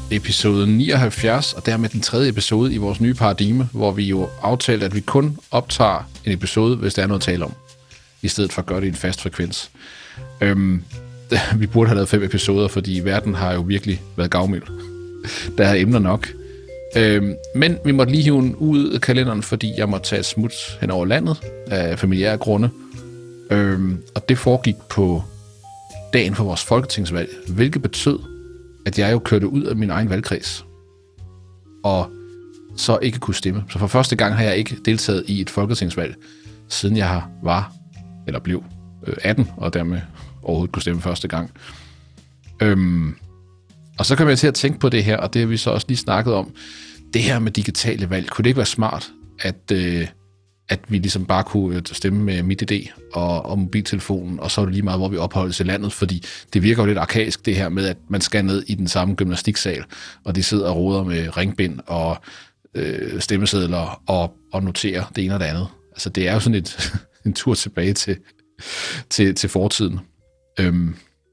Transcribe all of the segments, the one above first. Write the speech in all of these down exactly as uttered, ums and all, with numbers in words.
episode nioghalvfjerds, og dermed den tredje episode i vores nye paradigme, hvor vi jo aftalte, at vi kun optager en episode, hvis der er noget at tale om, i stedet for at gøre det i en fast frekvens. Øhm, vi burde have lavet fem episoder, fordi verden har jo virkelig været gavmild. Der er emner nok. Øhm, men vi måtte lige hive den ud af kalenderen, fordi jeg måtte tage et smut hen over landet af familiære grunde. Øhm, og det foregik på dagen for vores folketingsvalg, hvilket betød, at jeg jo kørte ud af min egen valgkreds, og så ikke kunne stemme. Så for første gang har jeg ikke deltaget i et folketingsvalg, siden jeg var, eller blev atten, og dermed overhovedet kunne stemme første gang. Øhm, og så kom jeg til at tænke på det her, og det har vi så også lige snakket om. Det her med digitale valg, kunne det ikke være smart, at, øh, at vi ligesom bare kunne stemme med MitID og, og mobiltelefonen, og så er det lige meget, hvor vi opholdes i landet, fordi det virker jo lidt arkaisk, det her med, at man skal ned i den samme gymnastiksal, og de sidder og roder med ringbind og øh, stemmesedler og, og noterer det ene og det andet. Altså, det er jo sådan et, en tur tilbage til, til, til fortiden. Øhm,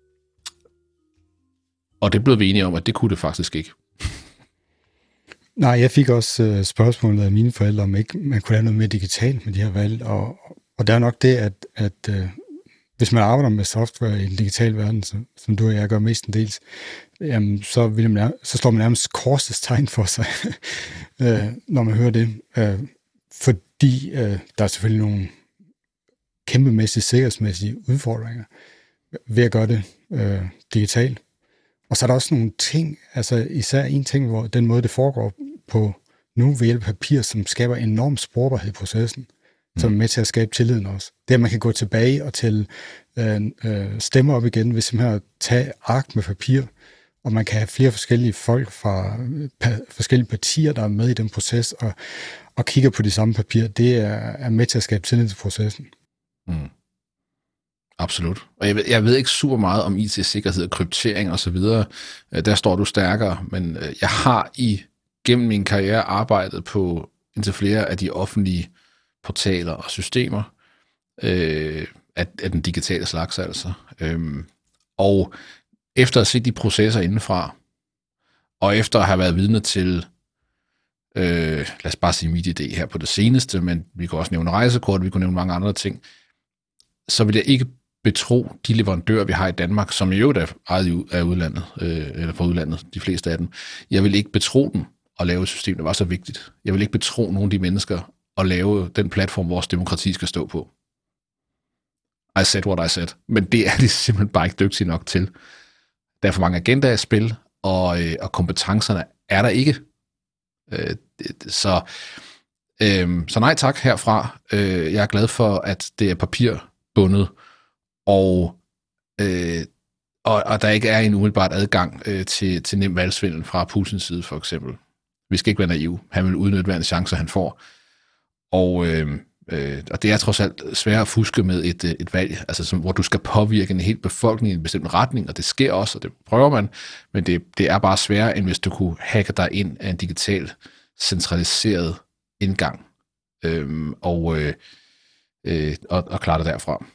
og det blev vi enige om, at det kunne det faktisk ikke. Nej, jeg fik også øh, spørgsmålet af mine forældre, om ikke man kunne lave noget mere digitalt med de her valg, og, og der er nok det, at, at øh, hvis man arbejder med software i den digitale verden, så, som du og jeg gør mestendels, jamen, så, vil man, så står man nærmest korsets tegn for sig, øh, når man hører det, øh, fordi øh, der er selvfølgelig nogle kæmpemæssige, sikkerhedsmæssige udfordringer ved at gøre det øh, digitalt. Og så er der også nogle ting, altså især en ting, hvor den måde, det foregår på nu ved hjælp af papir, som skaber enorm sporbarhed i processen, mm. som er med til at skabe tilliden også. Det, at man kan gå tilbage og tælle øh, øh, stemmer op igen, ved simpelthen at tage ark med papir, og man kan have flere forskellige folk fra pa- forskellige partier, der er med i den proces, og, og kigger på de samme papirer, det er, er med til at skabe tillid til processen. Mm. Absolut. Og jeg ved, jeg ved ikke super meget om I T-sikkerhed og kryptering og så videre. Der står du stærkere, men jeg har i gennem min karriere arbejdet på indtil flere af de offentlige portaler og systemer øh, af, af den digitale slags altså. Øhm, og efter at se de processer indenfra, og efter at have været vidne til, øh, lad os bare sige MitID her på det seneste, men vi kan også nævne rejsekort, vi kunne nævne mange andre ting, så vil jeg ikke betro de leverandører, vi har i Danmark, som jo er ejet af udlandet, øh, eller fra udlandet, de fleste af dem. Jeg vil ikke betro dem at lave et system, der var så vigtigt. Jeg vil ikke betro nogle af de mennesker at lave den platform, vores demokrati skal stå på. I said what I said. Men det er de simpelthen bare ikke dygtige nok til. Der er for mange agendaer i spil, og, øh, og kompetencerne er der ikke. Øh, så, øh, så nej tak herfra. Øh, jeg er glad for, at det er papirbundet, og, øh, og, og der ikke er en umiddelbart adgang øh, til, til nem valgsvindel fra Putins side, for eksempel. Vi skal ikke være naive. Han vil udnytte hver en chance, han får. Og, øh, øh, og det er trods alt svært at fuske med et, et valg, altså som, hvor du skal påvirke en hel befolkning i en bestemt retning, og det sker også, og det prøver man, men det, det er bare sværere, end hvis du kunne hacke dig ind af en digital, centraliseret indgang, øh, og, øh, øh, og, og klare det derfra.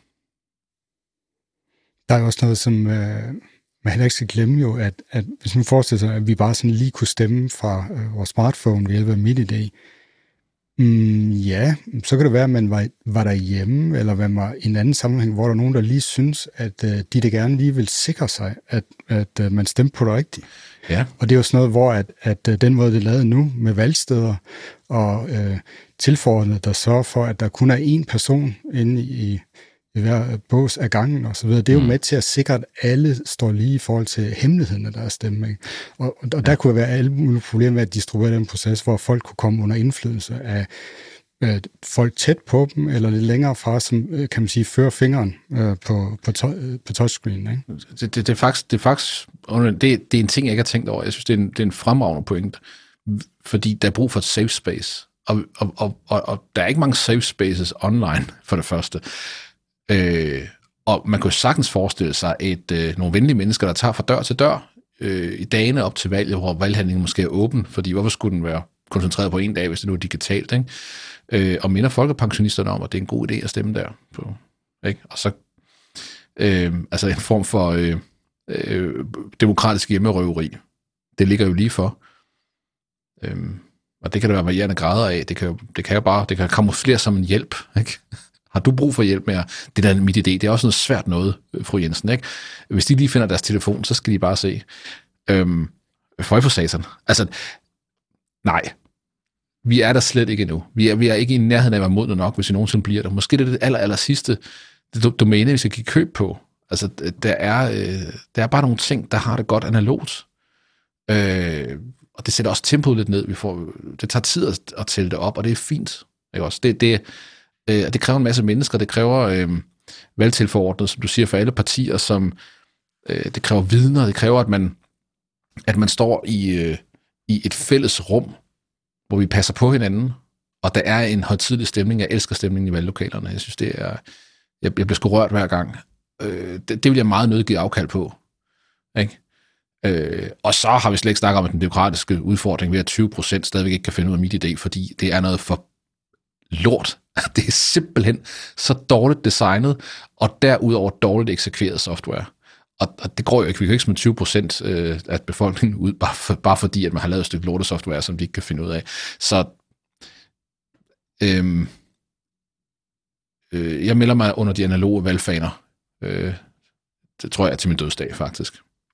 Der er også noget, som øh, man heller ikke skal glemme jo, at, at hvis man forestiller sig, at vi bare sådan lige kunne stemme fra øh, vores smartphone ved hjælp af MitID, mm, ja, så kan det være, at man var, var derhjemme, eller man var i en anden sammenhæng, hvor der er nogen, der lige synes, at øh, de der gerne lige vil sikre sig, at, at øh, man stemte på det rigtigt. Ja. Og det er jo sådan noget, hvor at, at, at den måde, det er lavet nu, med valgsteder og øh, tilforordnede, der sørger for, at der kun er én person inde i i hver bås af gangen og så videre. Det er jo mm. med til at sikre, at alle står lige i forhold til hemmeligheden af deres stemme. Ikke? Og, og der ja. kunne være alle mulige problemer med at distribuere den proces, hvor folk kunne komme under indflydelse af øh, folk tæt på dem, eller lidt længere fra, som kan man sige, fører fingeren øh, på, på, to, på touchscreen. Ikke? Det, det, det, er faktisk, det er faktisk det, det er en ting, jeg ikke har tænkt over. Jeg synes, det er en, det er en fremragende point, fordi der er brug for et safe space. Og, og, og, og, og der er ikke mange safe spaces online, for det første. Øh, og man kunne sagtens forestille sig et, øh, nogle venlige mennesker, der tager fra dør til dør øh, i dagene op til valget, hvor valghandlingen måske er åben, fordi hvorfor skulle den være koncentreret på en dag, hvis det nu er digitalt, ikke? Øh, og minder folkepensionisterne om, at det er en god idé at stemme der på, ikke? Og så øh, altså en form for øh, øh, demokratisk hjemmerøveri. det ligger jo lige for. Øhm, og det kan der være varierende grader af. Det kan jo, det kan jo bare, det kan kamuflere som en hjælp, ikke? Har du brug for hjælp med det der mit idé? Det er også noget svært noget, fru Jensen, ikke? Hvis de lige finder deres telefon, så skal de bare se. Øhm, Føj for satan. Altså, nej. Vi er der slet ikke endnu. Vi er, vi er ikke i nærheden af at være modne nok, hvis vi nogensinde bliver der. Måske det er det aller, aller sidste det domæne, vi skal give køb på. Altså, der er, øh, der er bare nogle ting, der har det godt analogt. Øh, og det sætter også tempoet lidt ned. Vi får, det tager tid at, at tælle det op, og det er fint. Ikke også? Det, det, øh, det kræver en masse mennesker. Det kræver øh, valgtilforordnet, som du siger, for alle partier, som øh, det kræver vidner. Det kræver, at man, at man står i, øh, i et fælles rum, hvor vi passer på hinanden, og der er en højtidelig stemning. Jeg elsker stemningen i valglokalerne. Jeg synes, det er... Jeg, jeg bliver sgu rørt hver gang. Øh, det, det vil jeg meget nødt give afkald på. Ikke? Øh, og så har vi slet ikke snakket om, at den demokratiske udfordring ved, at tyve procent stadigvæk ikke kan finde ud af mit idé, fordi det er noget for lort. Det er simpelthen så dårligt designet, og derudover dårligt eksekveret software. Og, og det går jo ikke. Vi kan ikke smide tyve procent øh, af befolkningen ud, bare, for, bare fordi, at man har lavet et stykke lortesoftware, som de ikke kan finde ud af. Så øhm, øh, jeg melder mig under de analoge valgfaner. Øh, det tror jeg er til min dødsdag, faktisk.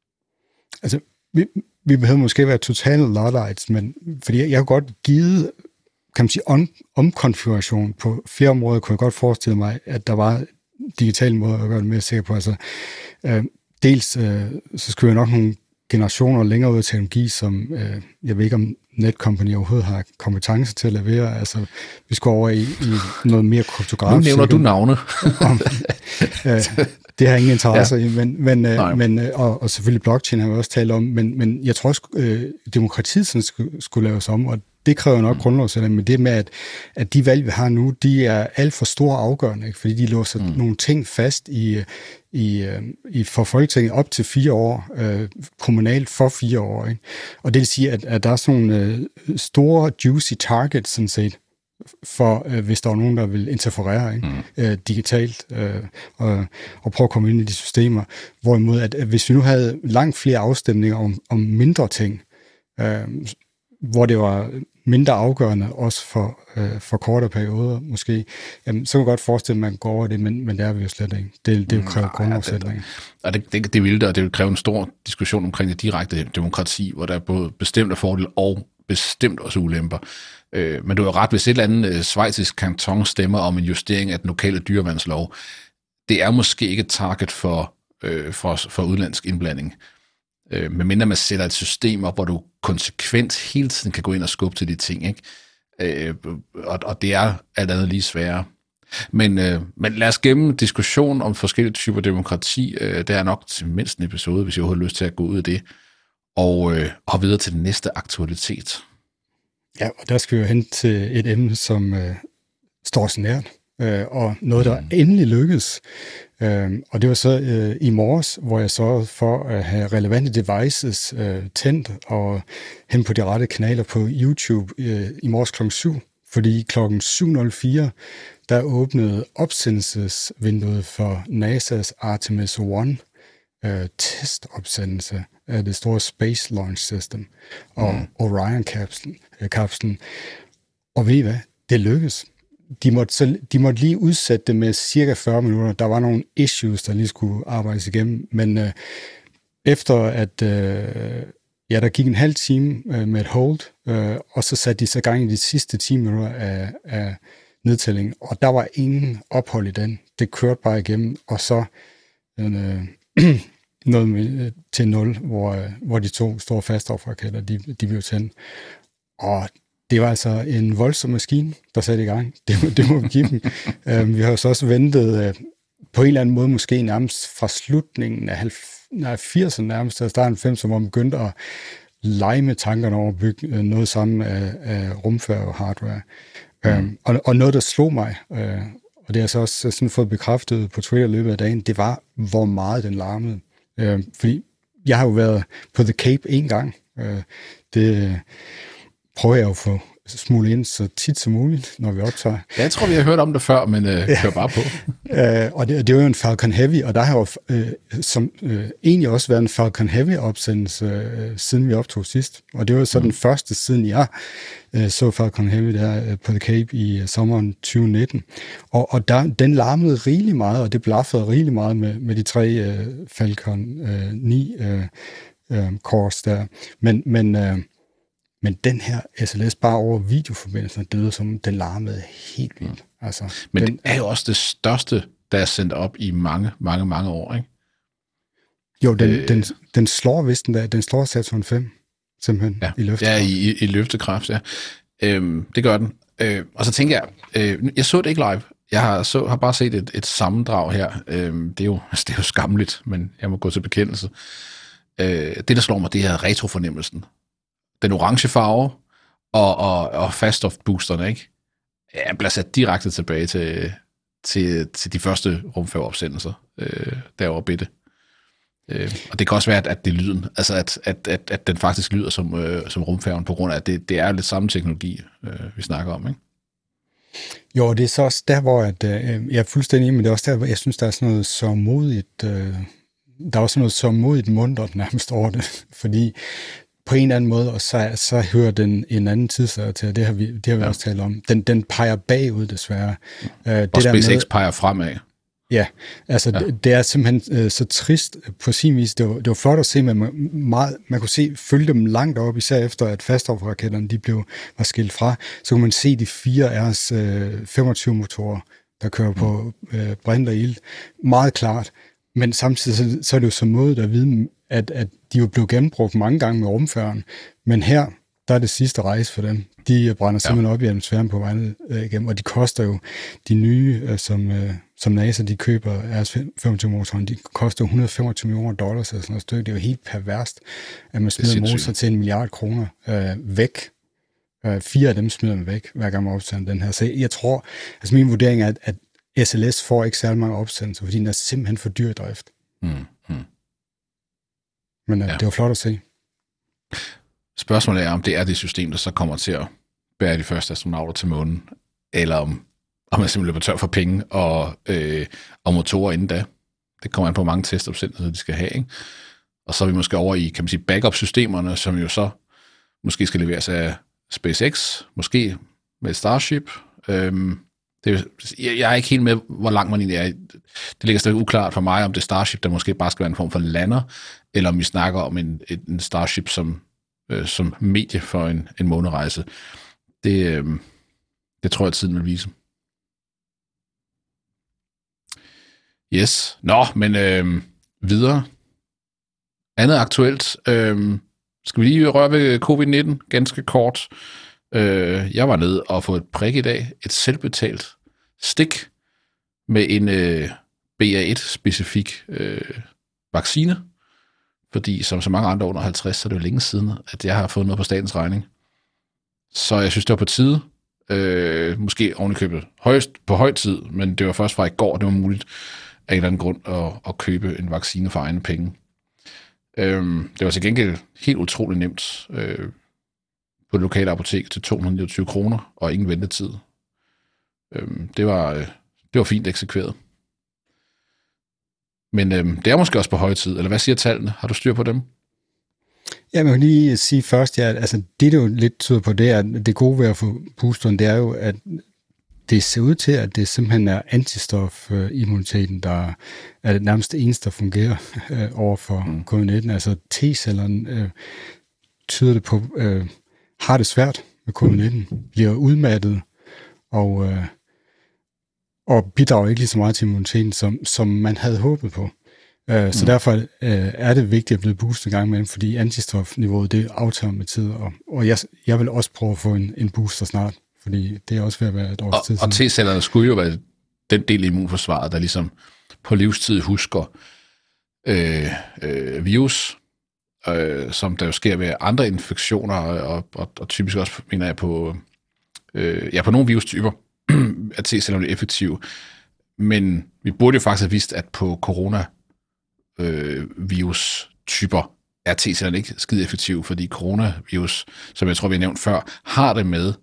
Altså, vi, vi behøver måske være totale loddites, men fordi jeg, jeg har godt givet, kan man sige, om, omkonfiguration på flere områder, kunne jeg godt forestille mig, at der var digitale måder at gøre det mere sikker på. Altså, øh, dels øh, så skulle jeg nok nogle generationer længere ud af teknologi, som øh, jeg ved ikke, om Netcompany overhovedet har kompetence til at levere. Altså, vi skal over i, i noget mere kryptografisk. Nu nævner du navne. om, øh, det har ingen interesse ja. i, men, men, øh, men og, og selvfølgelig blockchain har vi også talt om, men, men jeg tror også, øh, demokratiet sådan skulle, skulle laves om, og det kræver nok mm. grundlovsændring, men det med, at, at de valg, vi har nu, de er alt for store afgørende, ikke? Fordi de låser mm. nogle ting fast i, i, i for Folketinget op til fire år, øh, kommunalt for fire år. Ikke? Og det vil sige, at, at der er sådan nogle øh, store, juicy targets, sådan set, for øh, hvis der er nogen, der vil interferere ikke? Mm. Øh, digitalt øh, og, og prøve at komme ind i de systemer. Hvorimod, at, at hvis vi nu havde langt flere afstemninger om, om mindre ting, øh, hvor det var mindre afgørende, også for, øh, for kortere perioder måske, jamen, så kan man godt forestille, at man går over det, men, men det er vi jo slet ikke. Det, det vil kræve grundlovsændring. Ja, det, det, det vil det, og det vil kræve en stor diskussion omkring det direkte demokrati, hvor der er både bestemte fordele og bestemt også ulemper. Øh, men du har ret, hvis et eller andet øh, schweizisk kanton stemmer om en justering af den lokale dyrevandslov, det er måske ikke et target for, øh, for, for udenlandsk indblanding. Øh, medmindre man sætter et system op, hvor du konsekvent hele tiden kan gå ind og skubbe til de ting, ikke? Øh, og, og det er alt andet lige sværere. Men, øh, men lad os gemme diskussion om forskellige typer demokrati. Øh, det er nok til mindst en episode, hvis jeg overhovedet har lyst til at gå ud af det. Og, øh, og videre til den næste aktualitet. Ja, og der skal vi jo hen til et emne, som øh, står så nært, øh, og noget, der mm. endelig lykkedes. Øh, og det var så øh, i morges, hvor jeg sørgede for at have relevante devices øh, tændt og hen på de rette kanaler på YouTube øh, i morges klokken syv. Fordi klokken syv nul fire, der åbnede opsendelsesvinduet for NASA's Artemis one øh, testopsendelse af det store Space Launch System og mm. Orion-kapslen. Øh, kapslen. Og ved I hvad? Det lykkedes. De måtte, så, de måtte lige udsætte det med cirka fyrre minutter. Der var nogle issues, der lige skulle arbejdes igennem. Men øh, efter at øh, ja, der gik en halv time øh, med et hold, øh, og så satte de så gang i de sidste ti minutter af, af nedtællingen. Og der var ingen ophold i den. Det kørte bare igennem, og så øh, noget med, til nul, hvor, øh, hvor de to store faststofraketter, de, de blev tændt. Og det var altså en voldsom maskine, der satte i gang. Det, det må vi give dem. uh, vi har jo så også ventet uh, på en eller anden måde, måske nærmest fra slutningen af firserne, nærmest af starten af halvfemserne, hvor man begyndte at lege med tankerne over at bygge uh, noget sammen af, af rumfærge og hardware. Mm. Uh, og, og noget, der slog mig, uh, og det har jeg så også sådan fået bekræftet på Twitter i løbet af dagen, det var, hvor meget den larmede. Uh, fordi jeg har jo været på The Cape en gang. Uh, det prøver jeg jo at få smule ind så tit som muligt, når vi optager. Ja, jeg tror, vi har hørt om det før, men øh, kør bare på. øh, og det, det var jo en Falcon Heavy, og der har jo øh, som, øh, egentlig også været en Falcon Heavy-opsendelse, øh, siden vi optog sidst. Og det var så mm. den første, siden jeg øh, så Falcon Heavy der øh, på The Cape i øh, sommeren tyve nitten. Og, og der, den larmede rigelig meget, og det blaffede rigelig meget med, med de tre øh, Falcon øh, ni øh, øh, cores der. Men, men øh, Men den her S L S bare over videoforbindelsen, det lyder som, den larmede helt vildt. Altså, Men den, det er jo også det største, der er sendt op i mange, mange, mange år, ikke? Jo, den, øh, den, den slår vist den der, den slår Saturn fem, simpelthen, ja, i løftekraft. Ja, i, i løftekraft, ja. Øhm, det gør den. Øh, og så tænker jeg, øh, jeg så det ikke live. Jeg har, så, har bare set et, et sammendrag her. Øh, det, er jo, altså, det er jo skamligt, men jeg må gå til bekendelse. Øh, det, der slår mig, det er retrofornemmelsen. Den orange farve og, og, og faststof-boosterne, ikke? Jeg bliver sat direkte tilbage til, til, til de første rumfærgeopsendelser øh, derovre bitte. Øh, og det kan også være, at, at det er lyden, altså at, at, at, at den faktisk lyder som, øh, som rumfærgen, på grund af, at det, det er lidt samme teknologi, øh, vi snakker om, ikke? Jo, det er så også der, hvor at, øh, jeg er fuldstændig enig, men det er også der, hvor jeg synes, der er sådan noget så modigt, øh, der er også noget så modigt muntert nærmest over det, fordi på en eller anden måde, og så, så hører den en anden tidsalder til, det har vi, det har vi ja. også talt om. Den, den peger bagud, desværre. Uh, det og SpaceX med, peger fremad. Ja, altså ja. Det, det er simpelthen uh, så trist på sin vis. Det var, det var flot at se, men man, meget, man kunne se, følge dem langt op, især efter at faststoffraketterne de blev, var skilt fra. Så kunne man se de fire R S femogtyve motorer, der kører mm. på uh, brint og ilt. Meget klart. Men samtidig så, så er det jo så modigt at vide, at, at de jo blev genbrugt mange gange med rumfærgen. Men her, der er det sidste rejse for dem. De brænder simpelthen ja. op i atmosfæren på vejen øh, igennem, og de koster jo, de nye, øh, som, øh, som NASA de køber, R S femogtyve-motoren, de koster et hundrede og femogtyve millioner dollars, eller sådan noget stykke. Det er jo helt perverst, at man smider motor til en milliard kroner øh, væk. Øh, fire af dem smider man væk, hver gang man opsender den her. Så jeg tror, altså min vurdering er, at, at S L S får ikke særlig mange opsendelser, fordi den er simpelthen for dyr drift. Mm, mm. Men uh, ja. det var flot at se. Spørgsmålet er, om det er det system, der så kommer til at bære de første astronauter til månen, eller om, om man simpelthen løber tør for penge og, øh, og motorer inden da. Det kommer an på mange testopsendelser, de skal have, ikke? Og så er vi måske over i, kan man sige, backup-systemerne, som jo så måske skal leveres af SpaceX, måske med Starship. Øhm, det, jeg er ikke helt med, hvor langt man egentlig er. Det ligger stadig uklart for mig, om det er Starship, der måske bare skal være en form for lander, eller om vi snakker om en, en Starship som, øh, som medie for en, en månerejse. Det, øh, det tror jeg, at tiden vil vise. Yes. Nå, men øh, videre. Andet aktuelt. Øh, skal vi lige røre ved covid nitten ganske kort. Øh, jeg var nede og få et prik i dag. Et selvbetalt stik med en øh, B A et-specifik øh, vaccine. Fordi som så mange andre under halvtreds, så er det jo længe siden, at jeg har fået noget på statens regning. Så jeg synes, det var på tide. Øh, måske ovenikøbet højst på høj tid, men det var først fra i går, det var muligt af en eller anden grund at, at købe en vaccine for egne penge. Øh, det var til gengæld helt utroligt nemt øh, på det lokale apotek til to hundrede og niogtyve kroner og ingen ventetid. Øh, det, var, øh, det var fint eksekveret. Men øh, det er måske også på høj tid, eller hvad siger tallene? Har du styr på dem? Ja, man kan lige sige først, ja, altså det, der jo lidt tyder på det, at det gode ved at få boosteren, det er jo, at det ser ud til, at det simpelthen er antistofimmuniteten, der er det nærmest det eneste, der fungerer øh, over for mm. covid nitten. Altså T-cellerne øh, tyder det på, øh, har det svært med covid nitten, bliver udmattet og, øh, og bidrager ikke lige så meget til immuniteten, som, som man havde håbet på. Uh, så mm. derfor uh, er det vigtigt at blive boostet en gang imellem, fordi antistofniveauet, det aftager med tid, og, og jeg, jeg vil også prøve at få en, en booster snart, fordi det er også ved at være et års tid siden. Og T-cellerne skulle jo være den del af immunforsvaret, der ligesom på livstid husker øh, øh, virus, øh, som der jo sker ved andre infektioner, og, og, og typisk også, mener jeg, på, øh, ja, på nogle virustyper, at T-cellerne er effektive. Men vi burde jo faktisk have vist, at på corona Øh, virustyper er T-cellerne ikke skide effektive, fordi coronavirus, som jeg tror, vi har nævnt før, har det med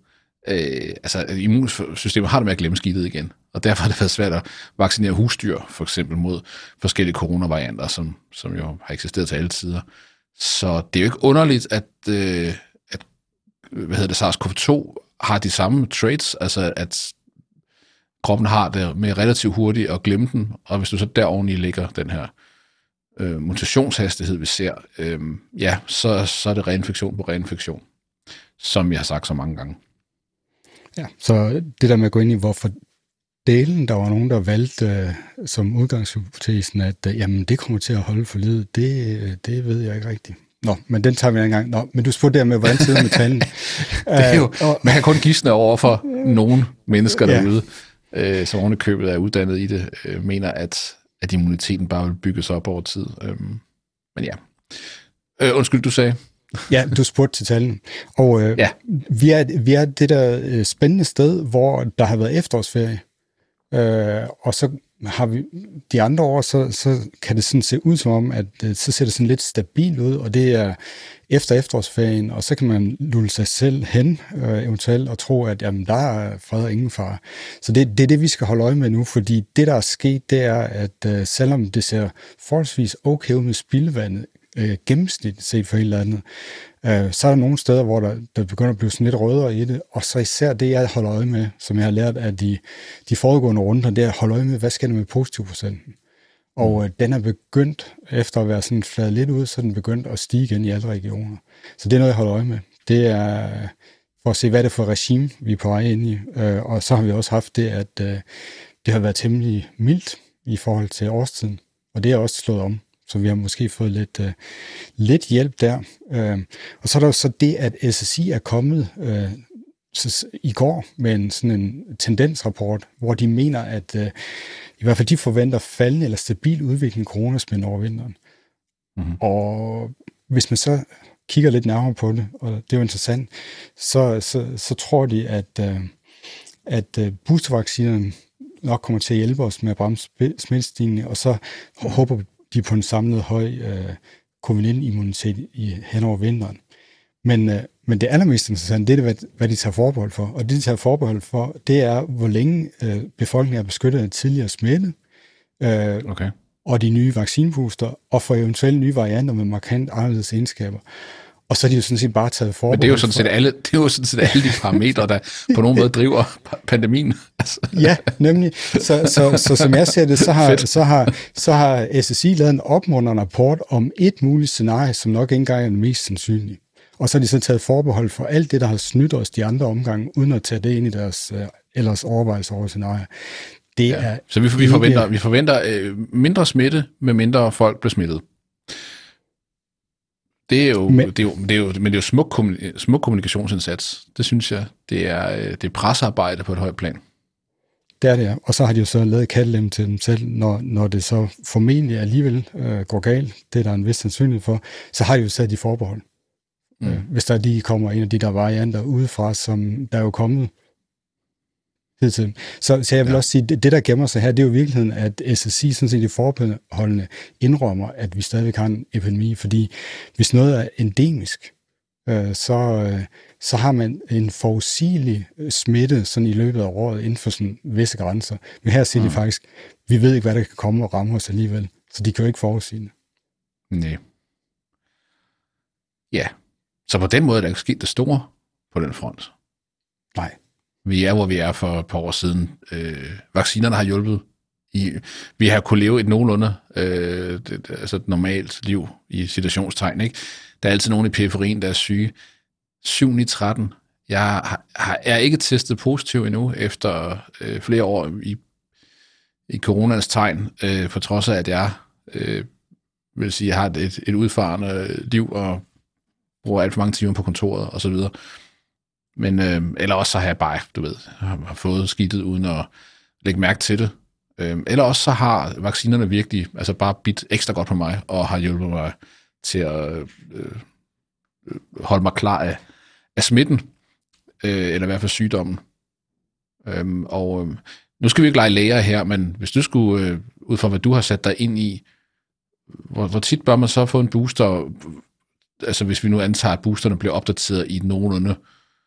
øh, altså immunsystemet har det med at glemme skidtet igen, og derfor har det været svært at vaccinere husdyr, for eksempel mod forskellige coronavarianter, som, som jo har eksisteret til alle tider. Så det er jo ikke underligt, at, øh, at hvad hedder det, SARS-CoV to har de samme traits, altså at kroppen har det med relativt hurtigt at glemme den, og hvis du så deroveni ligger den her øh, mutationshastighed, vi ser, øh, ja, så, så er det reinfektion på reinfektion, som jeg har sagt så mange gange. Ja, så det der med at gå ind i, hvorfor delen, der var nogen, der valgte øh, som udgangshypotesen, at øh, jamen, det kommer til at holde for livet, det, det ved jeg ikke rigtigt. Nå, men den tager vi en gang. Nå, men du spurgte der med, hvordan sidder med tanden? Det er jo, man kan kun gisne over for nogle mennesker derude, ja. øh, som oven i købet er uddannet i det, øh, mener, at, at immuniteten bare vil bygges op over tid. Øh, men ja. Øh, undskyld, du sagde? Ja, du spurgte til tallene. Og øh, ja. vi, er, vi er det der øh, spændende sted, hvor der har været efterårsferie. Øh, og så har vi de andre år, så, så kan det sådan se ud som om, at øh, så ser det sådan lidt stabilt ud, og det er efter efterårsferien, og så kan man lulle sig selv hen øh, eventuelt og tro, at jamen, der er fred og ingen fare. Så det, det er det, vi skal holde øje med nu, fordi det, der er sket, det er, at øh, selvom det ser forholdsvis okay ud med spildevandet, øh, gennemsnitligt set for hele landet, øh, så er der nogle steder, hvor der, der begynder at blive sådan lidt rødere i det, og så især det, jeg holder øje med, som jeg har lært af de, de foregående runder, det er at holde øje med, hvad sker der med positivprocenten. Og øh, den er begyndt, efter at være sådan fladet lidt ud, så er den begyndt at stige igen i alle regioner. Så det er noget, jeg holder øje med. Det er for at se, hvad det er for regime, vi er på vej ind i. Øh, og så har vi også haft det, at øh, det har været temmelig mildt i forhold til årstiden, og det er også slået om. Så vi har måske fået lidt, uh, lidt hjælp der. Uh, og så er der jo så det, at S S I er kommet uh, så, i går med en, sådan en tendensrapport, hvor de mener, at uh, i hvert fald de forventer faldende eller stabil udvikling i coronasmitten over vinteren. Mm-hmm. Og hvis man så kigger lidt nærmere på det, og det er jo interessant, så, så, så tror de, at, uh, at uh, boostervaccinerne nok kommer til at hjælpe os med at bremse smittestigningen, og så håber vi, de er på en samlet høj øh, covid nitten-immunitet i, hen over vinteren. Men, øh, men det allermest interessante, det er, hvad, hvad de tager forbehold for. Og det, de tager forbehold for, det er, hvor længe øh, befolkningen er beskyttet af tidligere smitte, øh, okay. og de nye vaccinebooster, og for eventuelle nye varianter med markant anderledes egenskaber. Og så er de jo sådan set bare taget forbehold. Men det er jo sådan set alle, det er jo sådan set alle de parametre, der på nogen måde driver pandemien. Altså. Ja, nemlig. Så, så, så som jeg ser det, så har, så har, så har S S I lavet en opmuntrende rapport om et muligt scenarie, som nok ikke engang er det mest sandsynlige. Og så har de så taget forbehold for alt det, der har snydt os de andre omgange, uden at tage det ind i deres øh, ellers overvejelser over scenarier. Det ja. er så vi, vi forventer, vi forventer øh, mindre smitte, med mindre folk bliver smittet. Det er jo, men, det er jo, det er jo, men det er jo smuk, smuk kommunikationsindsats. Det synes jeg, det er, det er pressearbejde på et højt plan. Det er det, ja. Og så har de jo så lavet kattelem til dem selv, når, når det så formentlig alligevel øh, går galt, det er der en vis sandsynlighed for, så har de jo sat de forbehold. Mm. Øh, hvis der lige kommer en af de der varianter udefra, som der er jo kommet hidtil. Så, så jeg vil ja. også sige, det, det der gemmer sig her, det er jo i virkeligheden, at S S I sådan set i forbeholdene indrømmer, at vi stadigvæk har en epidemi, fordi hvis noget er endemisk, øh, så, øh, så har man en forudsigelig smitte sådan i løbet af året inden for sådan visse grænser. Men her siger mm. de faktisk, vi ved ikke, hvad der kan komme og ramme os alligevel, så de kan jo ikke forudsige det. Nej. Ja, så på den måde er der ikke sket det store på den front. Nej. Vi er, hvor vi er for et par år siden. Øh, vaccinerne har hjulpet. I, vi har kunnet leve et nogenlunde øh, det, altså et normalt liv i situationstegn. Ikke? Der er altid nogen i periferien, der er syge. syv ni tretten. Jeg har, har, er ikke testet positiv endnu, efter øh, flere år i, i coronas tegn, øh, på trods af, at jeg øh, vil sige, jeg har et, et udfarende liv, og bruger alt for mange timer på kontoret, og så videre. Men, øh, eller også så har jeg bare, du ved, har fået skidtet uden at lægge mærke til det. Øh, eller også så har vaccinerne virkelig altså bare bidt ekstra godt på mig, og har hjulpet mig til at øh, holde mig klar af, af smitten, øh, eller i hvert fald sygdommen. Øh, og øh, nu skal vi ikke lege læger her, men hvis du skulle, øh, ud fra hvad du har sat dig ind i, hvor, hvor tit bør man så få en booster, altså hvis vi nu antager, at boosterne bliver opdateret i nogenlunde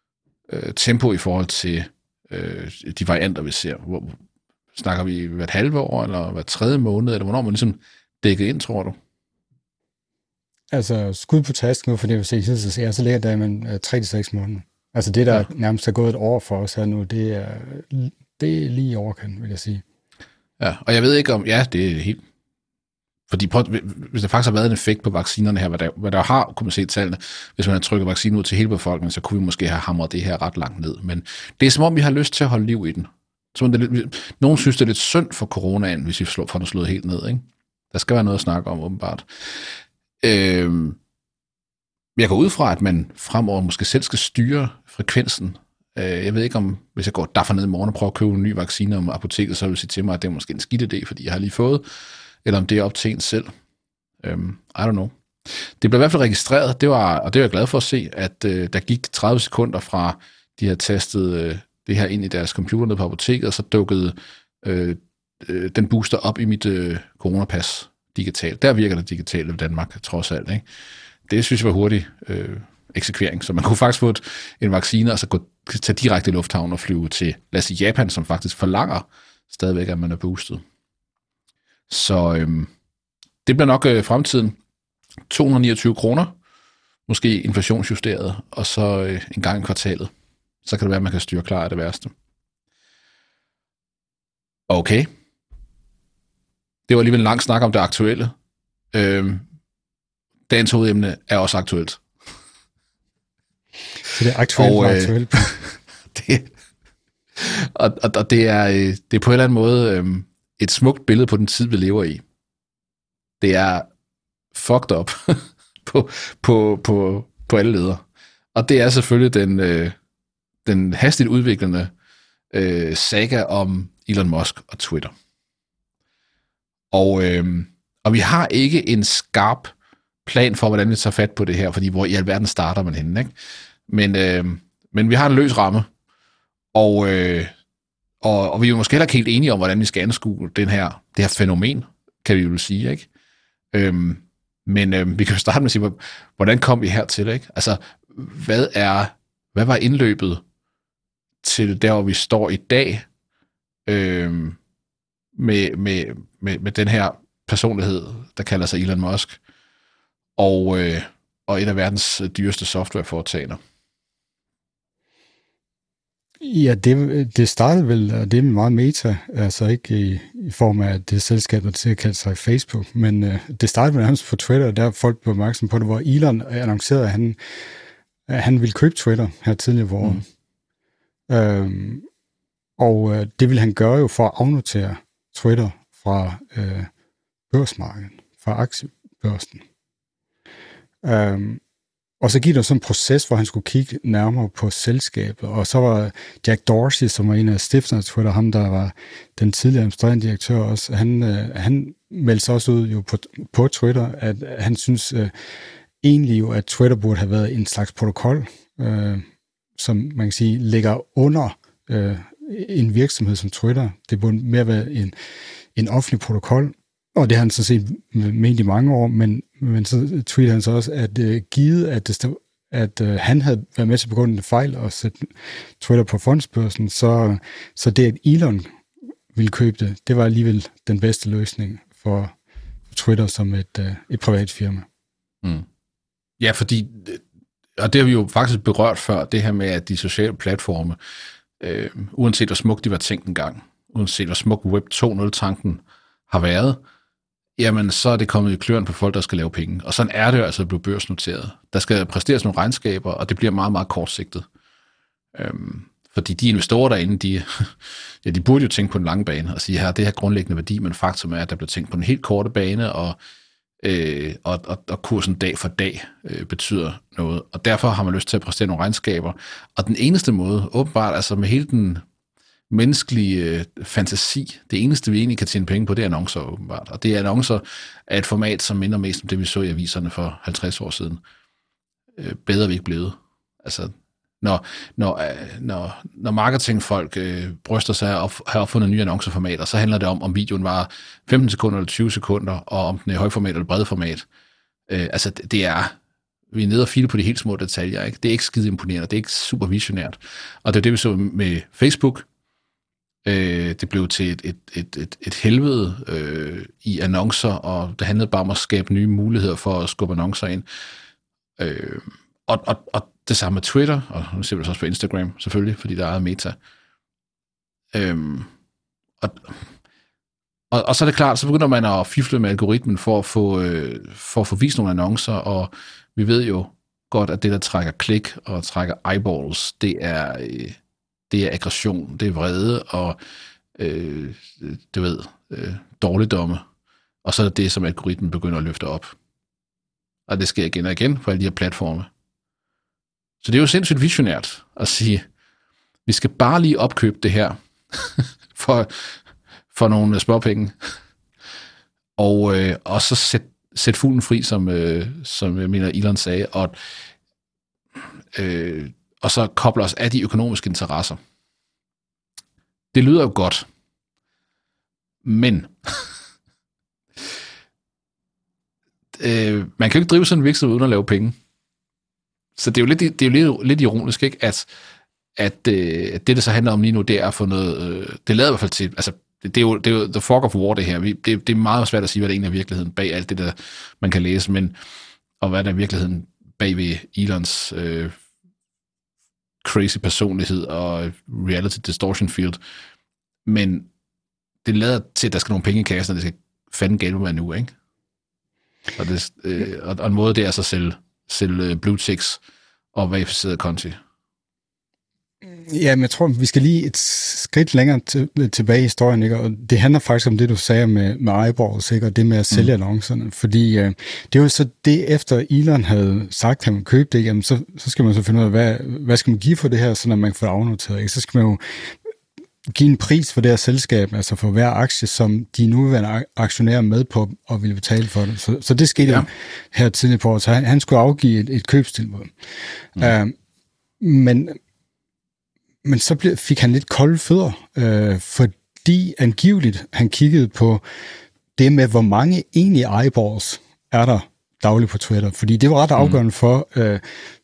øh, tempo i forhold til øh, de varianter, vi ser. Hvor, snakker vi hvert halve år, eller hvert tredje måned, eller hvornår man ligesom dækket ind, tror du? Altså, skud på tasken nu, for det vi ser i sidste serie, så ligger der med tre til seks måneder. Altså, det, der ja. nærmest er gået et år for os her nu, det er, det er lige i overkant, vil jeg sige. Ja, og jeg ved ikke om, ja, det er helt... Fordi prøv, hvis der faktisk har været en effekt på vaccinerne her, hvad der, hvad der har, kunne man se tallene, hvis man har trykket vaccinen ud til hele befolkningen, så kunne vi måske have hamret det her ret langt ned. Men det er som om, vi har lyst til at holde liv i den. Som det lidt, nogen synes, det er lidt synd for coronaen, hvis vi slår, får den slået helt ned. Ikke? Der skal være noget at snakke om, åbenbart. Øh, jeg går ud fra, at man fremover måske selv skal styre frekvensen. Øh, jeg ved ikke om, hvis jeg går derfor ned i morgen og prøver at købe en ny vaccine om apoteket, så vil jeg sige til mig, at det er måske en skidt idé, fordi jeg har lige fået, eller om det er op til en selv. Um, I don't know. Det blev i hvert fald registreret, det var, og det var jeg glad for at se, at uh, der gik tredive sekunder fra, de havde tastet uh, det her ind i deres computer nede på apoteket, og så dukkede uh, uh, den booster op i mit uh, coronapas digitalt. Der virker det digitalt i Danmark, trods alt. Ikke? Det synes jeg var hurtig uh, eksekvering, så man kunne faktisk få et, en vaccine, og så gå, tage direkte i lufthavnen og flyve til, lad os sige, Japan, som faktisk forlanger stadigvæk, at man er boostet. Så øhm, det bliver nok øh, fremtiden. to hundrede og niogtyve kroner, måske inflationsjusteret, og så øh, en gang i kvartalet. Så kan det være, at man kan styre klar af det værste. Okay. Det var alligevel en lang snak om det aktuelle. Øhm, dagens hovedemne er også aktuelt. Så det er aktuelt og, øh, aktuelt. det, og, og, og det, er, det er på en eller anden måde... Øh, et smukt billede på den tid, vi lever i. Det er fucked up på, på, på, på alle leder. Og det er selvfølgelig den, øh, den hastigt udviklende øh, saga om Elon Musk og Twitter. Og, øh, og vi har ikke en skarp plan for, hvordan vi tager fat på det her, fordi hvor i alverden starter man henne, ikke? Men, øh, men vi har en løs ramme, og... Øh, Og, og vi er jo måske heller ikke helt enige om, hvordan vi skal anskue den her, det her fænomen, kan vi jo sige, ikke? Øhm, men øhm, vi kan jo starte med at sige, hvordan kom vi hertil, ikke? Altså, hvad er, hvad var indløbet til der, hvor vi står i dag, øhm, med, med, med, med den her personlighed, der kalder sig Elon Musk, og, øh, og et af verdens dyreste softwareforetagender? Ja, det, det startede vel, og det er meget meta, altså ikke i, i form af det selskab, der til at kalde sig Facebook, men uh, det startede nærmest på Twitter, og der folk blev opmærksom på det, hvor Elon annoncerede, at han, at han ville købe Twitter her tidligere på året. Mm. Øhm, og uh, det ville han gøre jo for at afnotere Twitter fra uh, børsmarkedet, fra aktiebørsen. Øhm, Og så gik der sådan en proces, hvor han skulle kigge nærmere på selskabet. Og så var Jack Dorsey, som var en af stifterne af Twitter, ham der var den tidligere administrerende direktør også, han, øh, han meldte sig også ud jo på, på Twitter, at han synes øh, egentlig jo, at Twitter burde have været en slags protokol, øh, som man kan sige ligger under øh, en virksomhed som Twitter. Det burde mere være en, en offentlig protokol. Og det har han så set ment i mange år, men, men så tweetede han så også, at uh, givet, at, det stod, at uh, han havde været med til at begå en fejl og sætte Twitter på fondsbørsen, så, så det, at Elon ville købe det, det var alligevel den bedste løsning for Twitter som et, uh, et privat firma. Mm. Ja, fordi, og det har vi jo faktisk berørt før, det her med, at de sociale platforme, øh, uanset hvor smukt de var tænkt engang, uanset hvor smuk Web to punkt nul-tanken har været, jamen så er det kommet i kløren på folk, der skal lave penge. Og sådan er det jo altså at blive børsnoteret. Der skal præsteres nogle regnskaber, og det bliver meget, meget kortsigtet. Øhm, fordi de investorer derinde, de, ja, de burde jo tænke på en lang bane og sige, her det her grundlæggende værdi, men faktum er, at der bliver tænkt på en helt korte bane, og, øh, og, og, og kursen dag for dag øh, betyder noget. Og derfor har man lyst til at præstere nogle regnskaber. Og den eneste måde, åbenbart, altså med hele den menneskelige øh, fantasi. Det eneste, vi egentlig kan tjene penge på, det er annoncer, åbenbart. Og det er annoncer af et format, som minder mest om det, vi så i aviserne for halvtreds år siden. Øh, bedre er vi ikke blevet. Altså, når, når, når, når marketingfolk øh, bryster sig af at have opfundet nye annonceformater, så handler det om, om videoen var femten sekunder eller tyve sekunder, og om den er i højformat eller bredformat. Øh, altså, det er vi er nede og file på de helt små detaljer, ikke? Det er ikke skide imponerende, det er ikke super visionært. Og det er det, vi så med Facebook. Øh, det blev til et, et, et, et, et helvede øh, i annoncer, og det handlede bare om at skabe nye muligheder for at skubbe annoncer ind. Øh, og, og, og det samme med Twitter, og nu ser vi det også på Instagram, selvfølgelig, fordi der er meta. Øh, og, og, og så er det klart, så begynder man at fifle med algoritmen for at få, øh, for at få vist nogle annoncer, og vi ved jo godt, at det, der trækker klik og trækker eyeballs, det er... Øh, det er aggression, det er vrede, og øh, du ved, øh, dårligdomme. Og så er det det, som algoritmen begynder at løfte op. Og det sker igen og igen på alle de her platforme. Så det er jo sindssygt visionært at sige, vi skal bare lige opkøbe det her for, for nogle småpenge. Og, øh, og så sæt, sæt fuglen fri, som, øh, som jeg mener Elon sagde, og øh, og så kobler os af de økonomiske interesser. Det lyder jo godt. Men øh, man kan jo ikke drive sådan en virksomhed uden at lave penge. Så det er jo lidt, det er jo lidt, lidt ironisk, ikke? At, at, øh, at det, der så handler om lige nu, det er at få noget... Øh, det lader i hvert fald til... Altså, det, det, er jo, det er jo the fog of war, det her. Det, det er meget svært at sige, hvad der egentlig er virkeligheden bag alt det, der man kan læse, men og hvad der er virkeligheden bag ved Elons... Øh, crazy personlighed og reality distortion field, men det lader til, at der skal nogle penge i kassen, og det skal fandme gælde med nu, ikke? Og, det, øh, og, og en måde, det er så at sælge, sælge blue ticks og verificerede konti. Ja, men jeg tror, vi skal lige et skridt længere til, tilbage i historien, ikke? Og det handler faktisk om det, du sagde med, med eyeballs, ikke? Og det med at sælge mm. annoncerne, fordi øh, det var så det, efter Elon havde sagt, at han ville købe det, jamen, så, så skal man så finde ud af, hvad, hvad skal man give for det her, så når man kan få det afnoteret, ikke? Så skal man jo give en pris for det her selskab, altså for hver aktie, som de nuværende aktionærer med på og ville betale for det. Så, så det skete ja. her tidligere på året, så han, han skulle afgive et, et købstilbud. Mm. Uh, men Men så blev, fik han lidt kolde fødder, øh, fordi angiveligt han kiggede på det med, hvor mange egentlige eyeballs er der dagligt på Twitter. Fordi det var ret afgørende for, øh,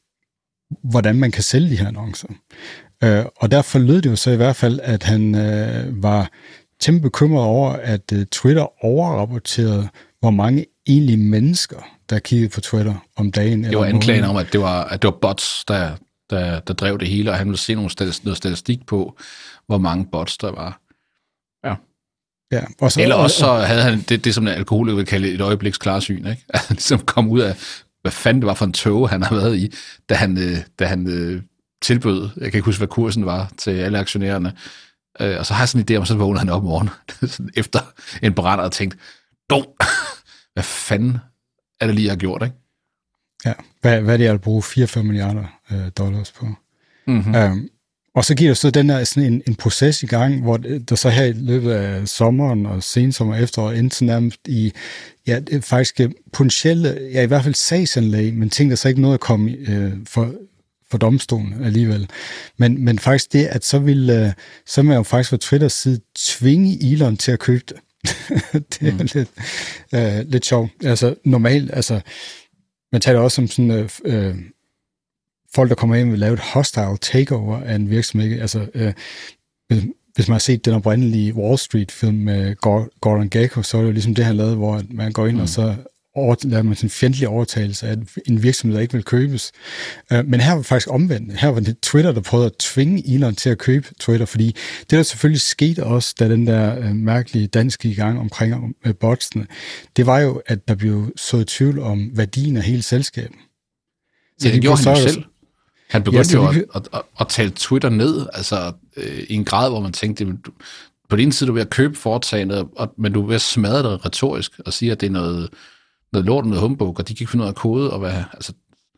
hvordan man kan sælge de her annoncer. Øh, og derfor lød det jo så i hvert fald, at han øh, var temmelig bekymret over, at øh, Twitter overrapporterede, hvor mange egentlige mennesker, der kiggede på Twitter om dagen. Det var anklagen om, at det var, at det var bots, der... Der, der drev det hele, og han ville se nogle statistik, noget statistik på, hvor mange bots der var. Ja. ja og så, Eller også så havde han det, det som en alkoholiker vil kalde et øjebliks klarsyn, ikke? At han ligesom kom ud af, hvad fanden det var for en tog, han har været i, da han, da han øh, tilbød, jeg kan ikke huske, hvad kursen var til alle aktionærerne, øh, og så har jeg sådan en idé om, så vågnede han op om morgenen, efter en brænder, og tænkte, dum, hvad fanden er det lige, jeg har gjort, ikke? Ja, hvad, hvad er det, jeg vil bruge fireogfyrre milliarder øh, dollars på? Mm-hmm. Um, og så giver det så den her, sådan en, en proces i gang, hvor der så her i løbet af sommeren og sensommer efterår endte nærmest i, ja, faktisk potentielle, ja i hvert fald sagsanlæg, men ting, der så ikke nåede at komme øh, for, for domstolen alligevel. Men, men faktisk det, at så ville, øh, så vil man jo faktisk fra Twitters side tvinge Elon til at købe det. Det er mm. lidt, øh, lidt sjovt. Altså normalt, altså man taler også om sådan øh, øh, folk, der kommer ind og vil lave et hostile takeover af en virksomhed. Altså, øh, hvis man har set den oprindelige Wall Street-film med Gordon Gekko, så er det jo ligesom det, han lavede, hvor man går ind mm. og så over, laver man sådan en fjendtlig overtagelse af en virksomhed, der ikke vil købes. Øh, men her var det faktisk omvendt. Her var det Twitter, der prøvede at tvinge Elon til at købe Twitter, fordi det, der selvfølgelig skete også, da den der øh, mærkelige danske i gang omkring øh, botsene, det var jo, at der blev så tvivl om værdien af hele selskabet. Så ja, det gjorde han jo selv. Han begyndte ja, jo at, at, at, at tale Twitter ned, altså øh, i en grad, hvor man tænkte, du, på den ene side du er ved at købe foretagendet, og, men du er ved at smadre det retorisk, og sige, at det er noget, noget lort, noget humbug, og de kan ikke finde ud af kode, og hvad, altså.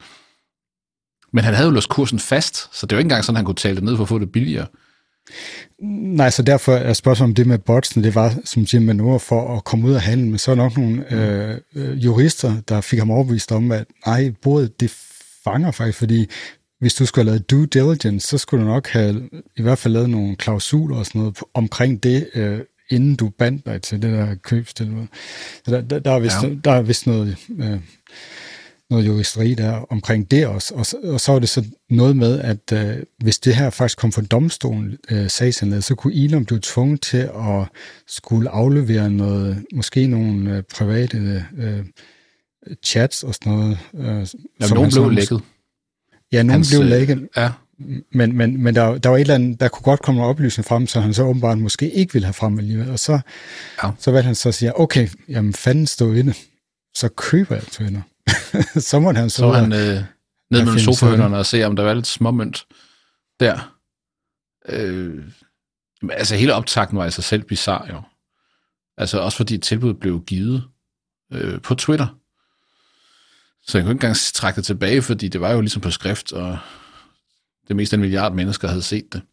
Men han havde jo låst kursen fast, så det var ikke engang sådan, han kunne tale det ned for at få det billigere. Nej, så derfor er spørgsmålet om det med botsene, det var, som siger man nu, for at komme ud af handlen, men så er nok nogle mm. øh, jurister, der fik ham overbevist om, at nej, bordet, det fanger faktisk, fordi hvis du skulle have lavet due diligence, så skulle du nok have i hvert fald lavet nogle klausuler og sådan noget omkring det, øh, inden du bandt dig til det der købstilbud. Så der, der, der, er vist, ja. der er vist noget... Øh, noget juristeri der omkring det også. Og, og så var det så noget med, at øh, hvis det her faktisk kom fra domstolen, øh, sagsanlæg, så kunne Elon blive tvunget til at skulle aflevere noget, måske nogle øh, private øh, chats og sådan noget. Øh, ja, nogen blev lækket. Ja, nogen Hans, blev lækket. Ja. Men, men, men der, der var et eller andet, der kunne godt komme nogle oplysninger frem, så han så åbenbart måske ikke ville have frem alligevel. Og så, ja. så valgte han så at sige, okay, jamen fanden stå inde, så køber jeg Twitter. så må han så... Så han øh, ned med sofahønderne og se, om der var lidt småmønt der. Øh, altså hele optakten var i sig selv bizarre jo. Altså også fordi tilbuddet blev givet øh, på Twitter. Så jeg kunne ikke engang trække det tilbage, fordi det var jo ligesom på skrift, og det meste af en milliard mennesker havde set det.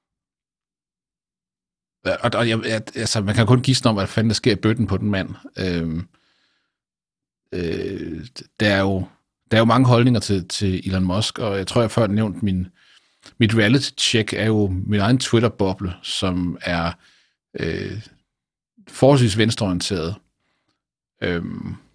Og, og jeg, altså, man kan kun gisne om, hvad fanden der sker i bøtten på den mand. Øh, øh, der, er jo, der er jo mange holdninger til, til Elon Musk, og jeg tror, jeg før nævnt min, mit reality-check er jo min egen Twitter-boble, som er øh, forholdsvis venstreorienteret. Øh,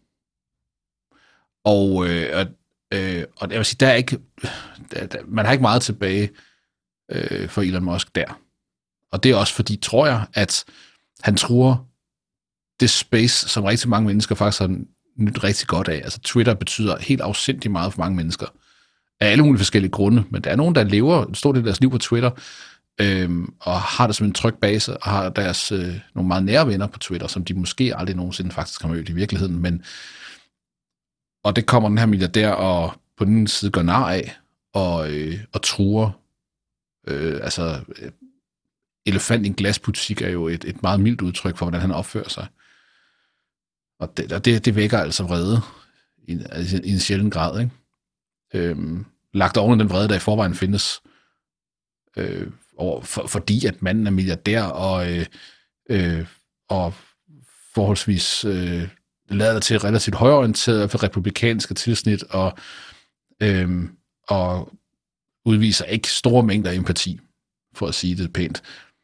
og, øh, og, øh, og jeg vil sige, der er ikke, der, der, man har ikke meget tilbage øh, for Elon Musk der. Og det er også fordi, tror jeg, at han tror det space, som rigtig mange mennesker faktisk har nyt rigtig godt af. Altså Twitter betyder helt afsindigt meget for mange mennesker. Af alle mulige forskellige grunde. Men der er nogen, der lever en stor del af deres liv på Twitter, øhm, og har det som en tryg base, og har deres øh, nogle meget nære venner på Twitter, som de måske aldrig nogensinde faktisk har mødt i virkeligheden. Men, og det kommer den her milliardær og på den ene side går nar af, og, øh, og truer. Øh, altså... Øh, elefant i en glasbutik er jo et, et meget mildt udtryk for, hvordan han opfører sig. Og det, og det, det vækker altså vrede i, altså i en sjælden grad. Ikke? Øhm, lagt oven i den vrede, der i forvejen findes, øh, over, for, fordi at manden er milliardær og, øh, øh, og forholdsvis øh, lader til relativt højorienteret for republikanske tilsnit og, øh, og udviser ikke store mængder empati, for at sige det pænt.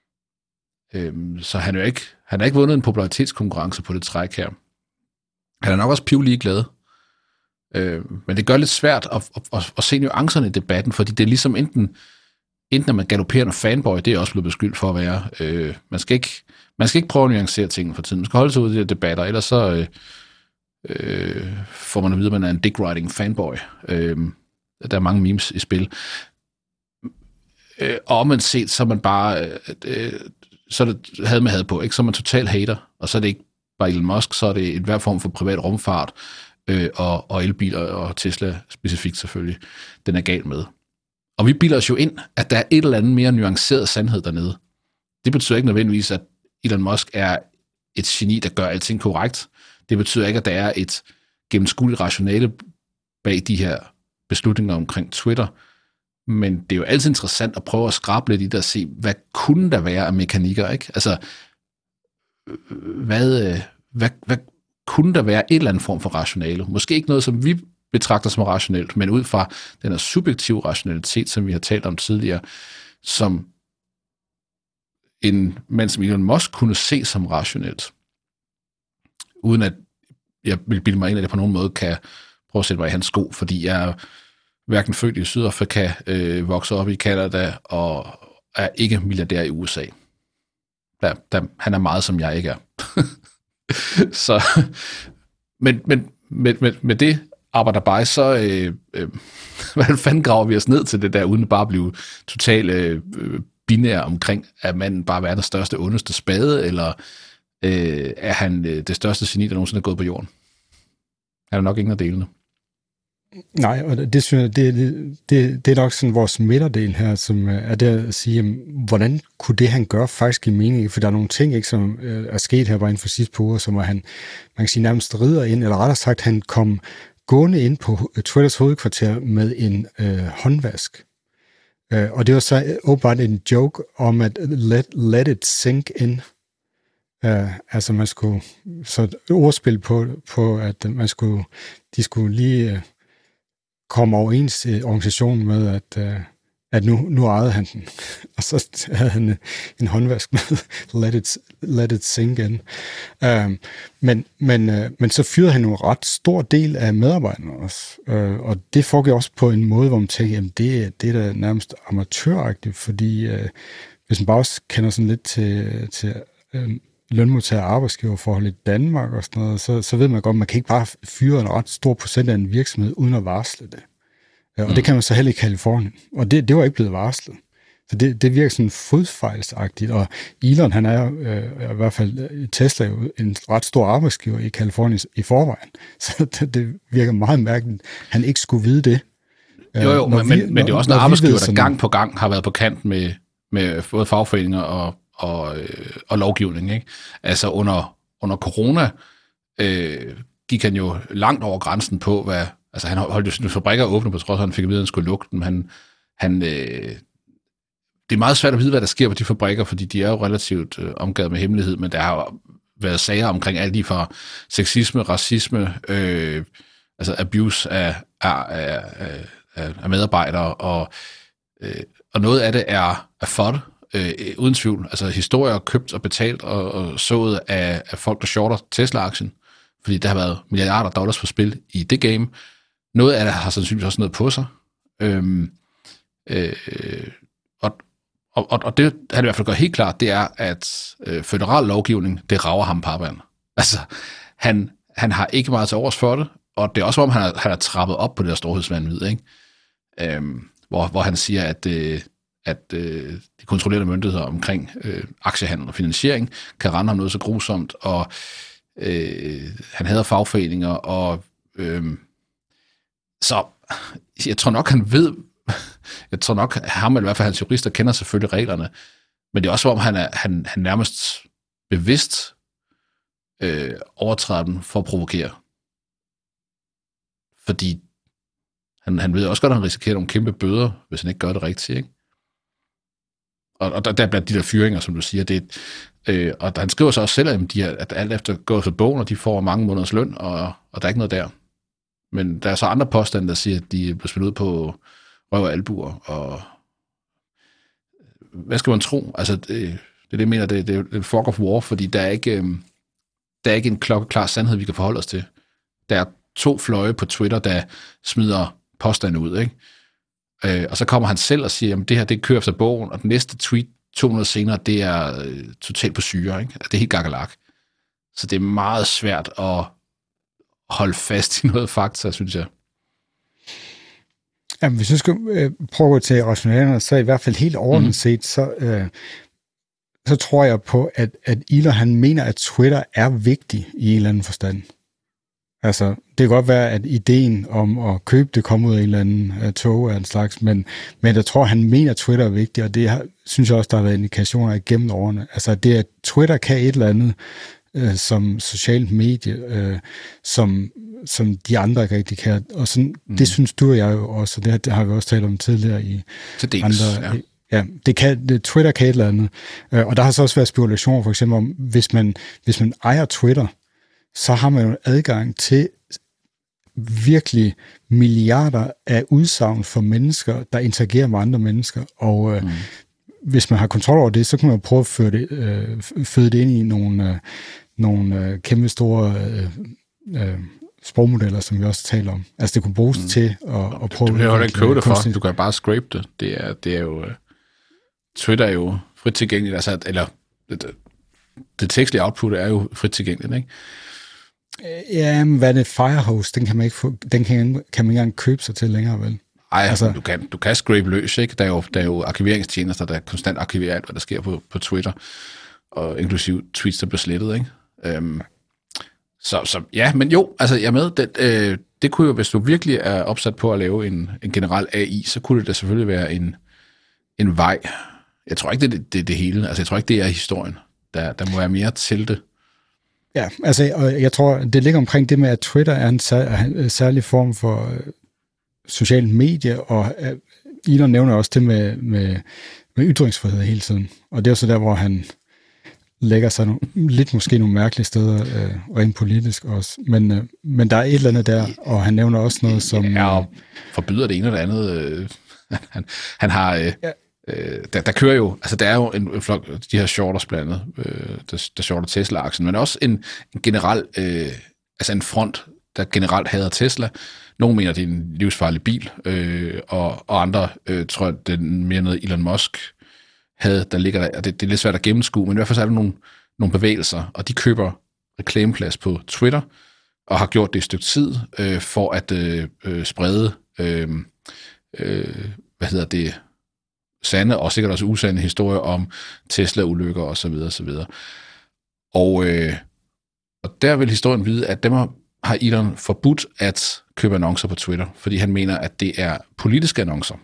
Så han er jo ikke, han har ikke vundet en popularitetskonkurrence på det træk her. Han er nok også pivlig glad. Men det gør lidt svært at, at, at se nuancerne i debatten, fordi det er ligesom enten, enten at man galopperende fanboy, det er også blevet beskyldt for at være. Øh, man, skal ikke, man skal ikke prøve at nuancere tingene for tiden. Man skal holde sig ud i de her debatter, ellers så øh, øh, får man at vide, at man er en dick-riding fanboy. Øh, der er mange memes i spil. Øh, og omvendt set, så er man bare... Øh, så er det had med had på, ikke? Så er man total hater, og så er det ikke bare Elon Musk, så er det en hver form for privat rumfart, øh, og, og elbiler, og Tesla specifikt selvfølgelig, den er gal med. Og vi bilder os jo ind, at der er et eller andet mere nuanceret sandhed dernede. Det betyder ikke nødvendigvis, at Elon Musk er et geni, der gør alting korrekt. Det betyder ikke, at der er et gennemskueligt rationale bag de her beslutninger omkring Twitter. Men det er jo altid interessant at prøve at skrabe lidt i det og se, hvad kunne der være af mekanikker, ikke? Altså, hvad, hvad, hvad kunne der være et eller andet form for rationale? Måske ikke noget, som vi betragter som rationelt, men ud fra den her subjektive rationalitet, som vi har talt om tidligere, som en mand som Elon Musk kunne se som rationelt. Uden at jeg vil bilde mig ind, at jeg på nogen måde kan prøve at sætte mig i hans sko, fordi jeg er hverken født i Sydafrika, øh, vokser op i Canada og er ikke milliardær i U S A. Der, der, han er meget, som jeg ikke er. Så, men, men med, med, med det arbejder bare, så øh, øh, hvordan fanden graver vi os ned til det der, uden at bare blive totalt øh, binær omkring, at manden bare er verdens største, ondeste spade, eller øh, er han øh, det største geni, der nogensinde er gået på jorden? Han er nok ingen af delene. Nej, og det synes jeg, det, det, det er nok sådan vores midterdel her, som er der at sige, jamen, hvordan kunne det, han gør, faktisk give mening? For der er nogle ting, ikke, som er sket her bare inden for sidste par uger, som han, man kan sige, nærmest rider ind, eller rettere sagt, han kom gående ind på Twitters hovedkvarter med en øh, håndvask. Øh, og det var så åbenbart en joke om at let, let it sink in. Uh, altså man skulle, så et ordspil på, på at man skulle, de skulle lige uh, komme overens i organisationen med, at, uh, at nu, nu ejede han den, og så havde han en håndvask med, let it, let it sink in. Um, men, men, uh, men så fyrede han en ret stor del af medarbejderne også, uh, og det foregår også på en måde, hvor man tænker, jamen det, det er da nærmest amatøragtigt, fordi uh, hvis man bare også kender sådan lidt til, til uh, lønmodtager- og arbejdsgiverforhold i Danmark og sådan noget, så, så ved man godt, at man kan ikke bare fyre en ret stor procent af en virksomhed uden at varsle det. Og mm. det kan man så heller ikke i Californien. Og det, det var ikke blevet varslet. Så det, det virker sådan fodfejlsagtigt. Og Elon, han er jo øh, i hvert fald Tesla jo en ret stor arbejdsgiver i Californien i forvejen. Så det, det virker meget mærkeligt, at han ikke skulle vide det. Jo, jo, men, vi, men, men det er også en arbejdsgiver, der gang på gang har været på kant med, med både fagforeninger og, og, øh, og lovgivning. Ikke? Altså under, under corona øh, gik han jo langt over grænsen på, hvad... Altså, han holdt jo sine fabrikker åbne, på trods af, han fik at vide, at han skulle lukke dem. Han, han, øh, det er meget svært at vide, hvad der sker på de fabrikker, fordi de er jo relativt øh, omgivet med hemmelighed, men der har jo været sager omkring alt lige fra sexisme, racisme, øh, altså abuse af, af, af, af, af medarbejdere, og, øh, og noget af det er, er for det, øh, uden tvivl. Altså historier købt og betalt og, og sået af, af folk, der shorter Tesla-aktien, fordi der har været milliarder dollars på spil i det game. Noget af det har sandsynligvis også noget på sig. Øhm, øh, og, og, og det, han i hvert fald gør helt klart, det er, at øh, federal lovgivning, det rager ham parband. Altså, han, han har ikke meget til overs for det, og det er også, om han har, han har trappet op på det der storhedsvanvid, ikke? Øhm, hvor, hvor han siger, at, øh, at øh, de kontrollerede myndigheder omkring øh, aktiehandel og finansiering kan rende ham noget så grusomt, og øh, han hader fagforeninger, og øh, så jeg tror nok, han ved, jeg tror nok, ham eller i hvert fald hans jurister kender selvfølgelig reglerne, men det er også, om han, er, han, han nærmest bevidst øh, overtræder dem for at provokere. Fordi han, han ved også godt, at han risikerer nogle kæmpe bøder, hvis han ikke gør det rigtigt, ikke? Og, og der, der er blandt de der fyringer, som du siger, det øh, og han skriver så også selv, at, de er, at alt efter går til bogen, og de får mange måneders løn, og, og der er ikke noget der. Men der er så andre påstande, der siger, at de bliver spillet ud på røv og albuer, og hvad skal man tro? Altså, det, det er det, jeg mener, det, det er en fog of war, fordi der er ikke, der er ikke en klokkeklar sandhed, vi kan forholde os til. Der er to fløje på Twitter, der smider påstande ud, ikke? Øh, og så kommer han selv og siger, at det her, det kører efter bogen, og den næste tweet to minutter senere, det er øh, totalt på syre, ikke? Det er helt gakkelak. Så det er meget svært at holde fast i noget fakta, synes jeg. Jamen, hvis du skal øh, prøve at gå til rationalerne, så i hvert fald helt ordentligt mm. set, så, øh, så tror jeg på, at, at Elon, han mener, at Twitter er vigtig i en eller anden forstand. Altså, det kan godt være, at ideen om at købe det kommer ud af en eller anden uh, tog af en slags, men, men jeg tror, han mener, at Twitter er vigtig, og det har, synes jeg også, der har været indikationer igennem årene. Altså, det at Twitter kan et eller andet uh, som socialt medie, uh, som, som de andre ikke rigtig kan, og sådan, mm. det synes du og jeg jo også, og det, det har vi også talt om tidligere i Dels, andre... Ja. Ja, det kan, det, Twitter kan et eller andet. Uh, og der har så også været spekulationer, for eksempel om, hvis man, hvis man ejer Twitter, så har man jo adgang til virkelig milliarder af udsagn for mennesker, der interagerer med andre mennesker, og øh, mm. hvis man har kontrol over det, så kan man prøve at føre det, øh, føde det ind i nogle, øh, nogle øh, kæmpe store øh, øh, sprogmodeller, som vi også taler om. Altså det kunne bruges mm. til at, at prøve... Du kan jo ikke kode det for, du kan bare scrape det. Det er, det er jo... Twitter er jo frit tilgængeligt, altså, eller det, det tekstlige output er jo frit tilgængeligt, ikke? Ja, men hvad er det? Firehose, den kan man ikke få, den kan, kan man ikke engang købe sig til længere, vel? Ej, altså, du kan, du kan scrape løs, ikke? Der er jo, der er jo arkiveringstjenester, der konstant arkiverer alt, hvad der sker på, på Twitter, og inklusive tweets, der bliver slettet, ikke? Øhm, så, så ja, men jo, altså jeg er med, det, øh, det kunne jo, hvis du virkelig er opsat på at lave en, en generel A I, så kunne det da selvfølgelig være en, en vej. Jeg tror ikke, det er det, det, det hele, altså jeg tror ikke, det er historien. Der, der må være mere til det. Ja, altså, og jeg tror, det ligger omkring det med, at Twitter er en, sær, en særlig form for øh, social medie, og øh, Elon nævner også det med, med, med ytringsfrihed hele tiden. Og det er så der, hvor han lægger sig no, lidt måske nogle mærkelige steder, øh, rent politisk også. Men, øh, men der er et eller andet der, og han nævner også noget som... Ja, og forbyder det ene eller andet... Øh, han, han har... Øh, ja. øh, der, der kører jo... Altså, der er jo en, en flok... De her shorters blandt andet, øh, der, der shorter Tesla-aktien, men også en, en generel... Øh, altså en front, der generelt hader Tesla. Nogle mener, det er en livsfarlig bil, øh, og, og andre øh, tror, at det er mere noget Elon Musk havde, der ligger der. Og det, det er lidt svært at gennemskue, men i hvert fald er der nogle, nogle bevægelser, og de køber reklameplads på Twitter, og har gjort det et stykke tid, øh, for at øh, øh, sprede, øh, øh, hvad hedder det, sande, og sikkert også usande historier om Tesla-ulykker osv. osv. Og, øh, og der vil historien vide, at dem har, har Elon forbudt at købe annoncer på Twitter, fordi han mener, at det er politiske annoncer.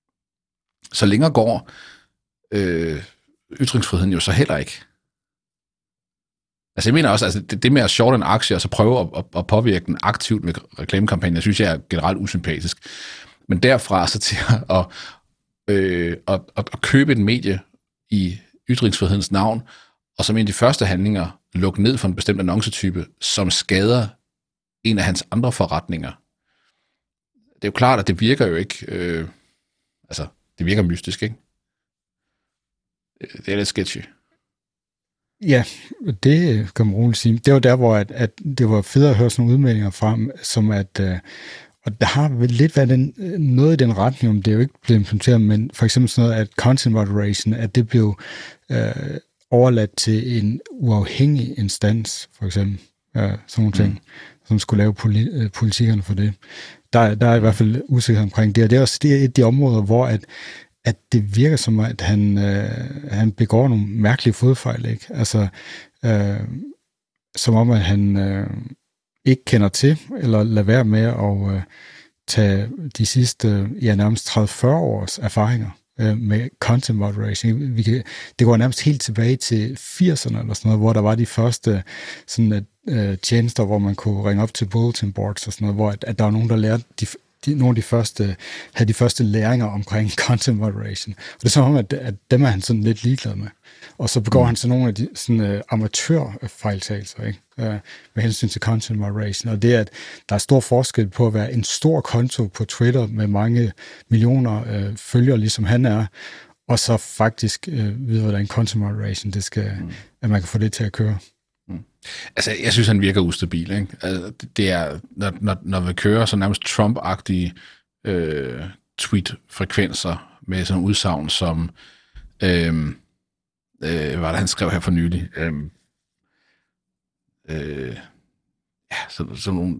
Så længere går øh, ytringsfriheden jo så heller ikke. Altså jeg mener også, altså det, det med at shorte en aktie og så prøve at, at, at påvirke den aktivt med reklamekampagner, synes jeg er generelt usympatisk. Men derfra så til at, øh, at, at, at købe et medie i ytringsfrihedens navn, og som en af de første handlinger lukke ned for en bestemt annoncetype, som skader en af hans andre forretninger. Det er jo klart, at det virker jo ikke... Øh, altså, det virker mystisk, ikke? Det er lidt sketchy. Ja, det kan man roligt sige. Det var der, hvor at, at det var fedt at høre sådan nogle udmeldinger frem, som at... Øh, og der har vel lidt været den, noget i den retning, om det er jo ikke blevet implementeret, men for eksempel sådan noget, at content moderation, at det blev øh, overladt til en uafhængig instans, for eksempel. Øh, sådan nogle ting, mm. som skulle lave poli- politikerne for det. Der, der er i hvert fald usikkerhed omkring det, og det er også det er et af de områder, hvor at, at det virker som, at han, øh, han begår nogle mærkelige fodfejl, ikke? Altså, øh, som om, at han øh, ikke kender til, eller lader være med at øh, tage de sidste, ja, nærmest tredive til fyrre års erfaringer øh, med content moderation. Vi kan, det går nærmest helt tilbage til firserne, eller sådan noget, hvor der var de første sådan, øh, tjenester, hvor man kunne ringe op til bulletin boards og sådan noget, hvor at, at der var nogen, der lærte de De, nogle af de første, havde de første læringer omkring content moderation. Og det er som om, at, at dem er han sådan lidt ligeglad med. Og så begår mm. han så nogle af de sådan, uh, amatørfejltagelser, ikke? Uh, med hensyn til content moderation. Og det er, at der er stor forskel på at være en stor konto på Twitter med mange millioner uh, følgere, ligesom han er, og så faktisk uh, vide, hvordan content moderation, det skal, mm. at man kan få det til at køre. Mm. Altså, jeg synes, han virker ustabil, ikke? Altså, det er, når, når, når vi kører så nærmest Trump-agtige øh, tweet-frekvenser med sådan udsagn som, øh, øh, hvad det, han skrev her for nylig? Øh, øh, ja, sådan så nogle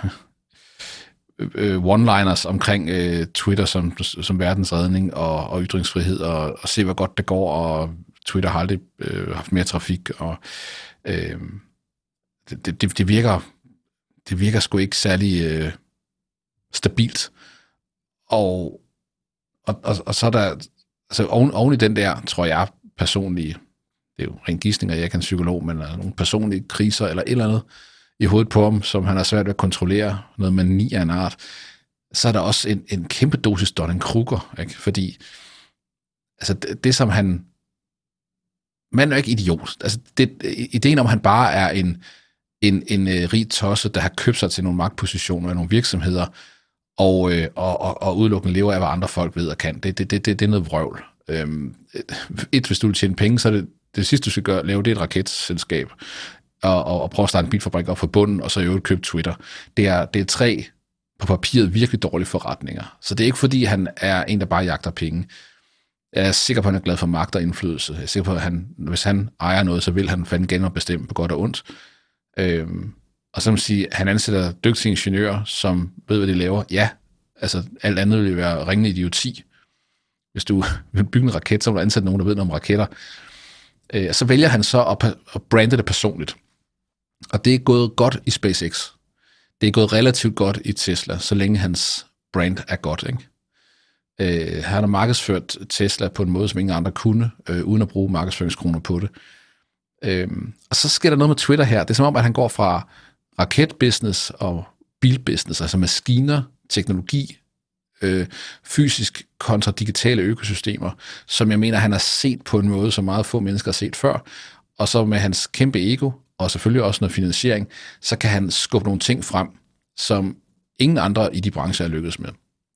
øh, one-liners omkring øh, Twitter som, som verdensredning og, og ytringsfrihed, og, og se, hvor godt det går, og Twitter har aldrig øh, haft mere trafik, og øh, Det, det, det virker det virker sgu ikke særlig øh, stabilt. Og, og, og, og så er der, altså oven, oven i den der, tror jeg personligt, det er jo ren gisninger, jeg er ikke en psykolog, men der nogle personlige kriser eller et eller andet i hovedet på ham, som han har svært ved at kontrollere, noget mani af en art, så er der også en, en kæmpe dosis Dunning-Kruger, ikke? Fordi altså det, det som han man er jo ikke idiot. Altså det, ideen om, at han bare er en en, en uh, rig tosse, der har købt sig til nogle magtpositioner i nogle virksomheder, og, uh, og, og, og udelukkende lever af, hvad andre folk ved og kan. Det, det, det, det, det er noget vrøvl. Um, et, hvis du vil tjene penge, så er det det sidste, du skal gøre, lave det et raketselskab, og, og, og prøve at starte en bilfabrik op for bunden, og så i øvrigt købe Twitter. Det er, det er tre på papiret virkelig dårlige forretninger. Så det er ikke, fordi han er en, der bare jagter penge. Jeg er sikker på, at han er glad for magt og indflydelse. Jeg er sikker på, at han, hvis han ejer noget, så vil han fandme gerne bestemme på godt og ondt. Øhm, og så må man sige, han ansætter dygtige ingeniører, som ved, hvad de laver. Ja, altså alt andet vil være ringende idioti. Hvis du vil bygge en raket, så må du ansætte nogen, der ved noget om raketter. Øh, så vælger han så at, at brande det personligt. Og det er gået godt i SpaceX. Det er gået relativt godt i Tesla, så længe hans brand er godt, ikke? Øh, han har markedsført Tesla på en måde, som ingen andre kunne, øh, uden at bruge markedsføringskroner på det. Øh, og så sker der noget med Twitter her. Det er som om, at han går fra raketbusiness og bilbusiness, altså maskiner, teknologi, øh, fysisk kontra digitale økosystemer, som jeg mener, han har set på en måde, som meget få mennesker har set før. Og så med hans kæmpe ego, og selvfølgelig også noget finansiering, så kan han skubbe nogle ting frem, som ingen andre i de brancher er lykkedes med.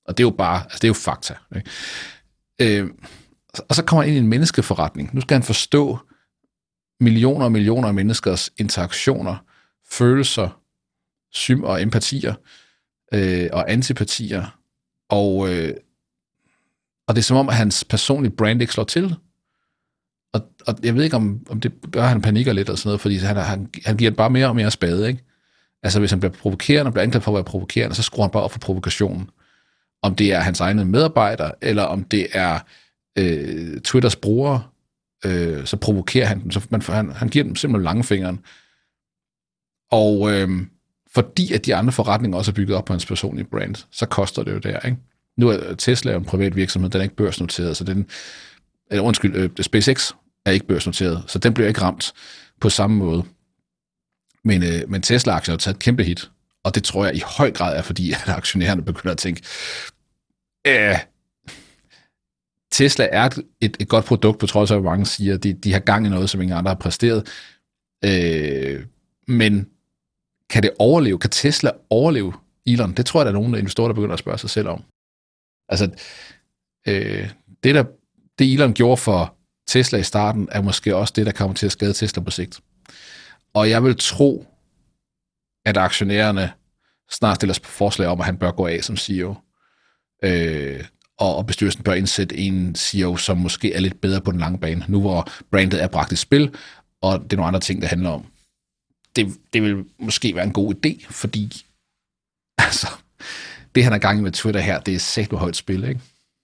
Og det er jo bare, altså det er jo fakta. Ikke? Øh, og så kommer han ind i en menneskeforretning. Nu skal han forstå millioner og millioner af menneskers interaktioner, følelser, sym og empatier, øh, og antipatier. Og, øh, og det er som om, at hans personlige brand ikke slår til. Og, og jeg ved ikke, om, om det gør, han panikker lidt og sådan noget, fordi han, han, han giver bare mere og mere spade, ikke? Altså, hvis han bliver provokerende og bliver anklaget for at være provokerende, så skruer han bare op for provokationen. Om det er hans egne medarbejdere, eller om det er øh, Twitters brugere, øh, så provokerer han dem. Så man, han, han giver dem simpelthen langfingeren. Og øh, fordi at de andre forretninger også er bygget op på hans personlige brand, så koster det jo der, ikke? Nu er Tesla en privat virksomhed, den er ikke børsnoteret, så den, eller undskyld, øh, SpaceX er ikke børsnoteret, så den bliver ikke ramt på samme måde. Men, øh, men Tesla-aktien har taget et kæmpe hit, og det tror jeg i høj grad er, fordi at aktionærerne begynder at tænke, Æh, Tesla er et, et godt produkt, på trods af, at mange siger, at de, de har gang i noget, som ingen andre har præsteret. Øh, men kan det overleve? Kan Tesla overleve Elon? Det tror jeg, der er nogen investorer, der begynder at spørge sig selv om. Altså, øh, det, der, det Elon gjorde for Tesla i starten, er måske også det, der kommer til at skade Tesla på sigt. Og jeg vil tro, at aktionærerne snart stiller sig på forslag om, at han bør gå af som C E O. Øh, og, og bestyrelsen bør indsætte en C E O, som måske er lidt bedre på den lange bane, nu hvor brandet er bragt i spil, og det er nogle andre ting, det handler om. Det, det vil måske være en god idé, fordi altså, det han er gang i med Twitter her, det er sæt på højt spil, ikke?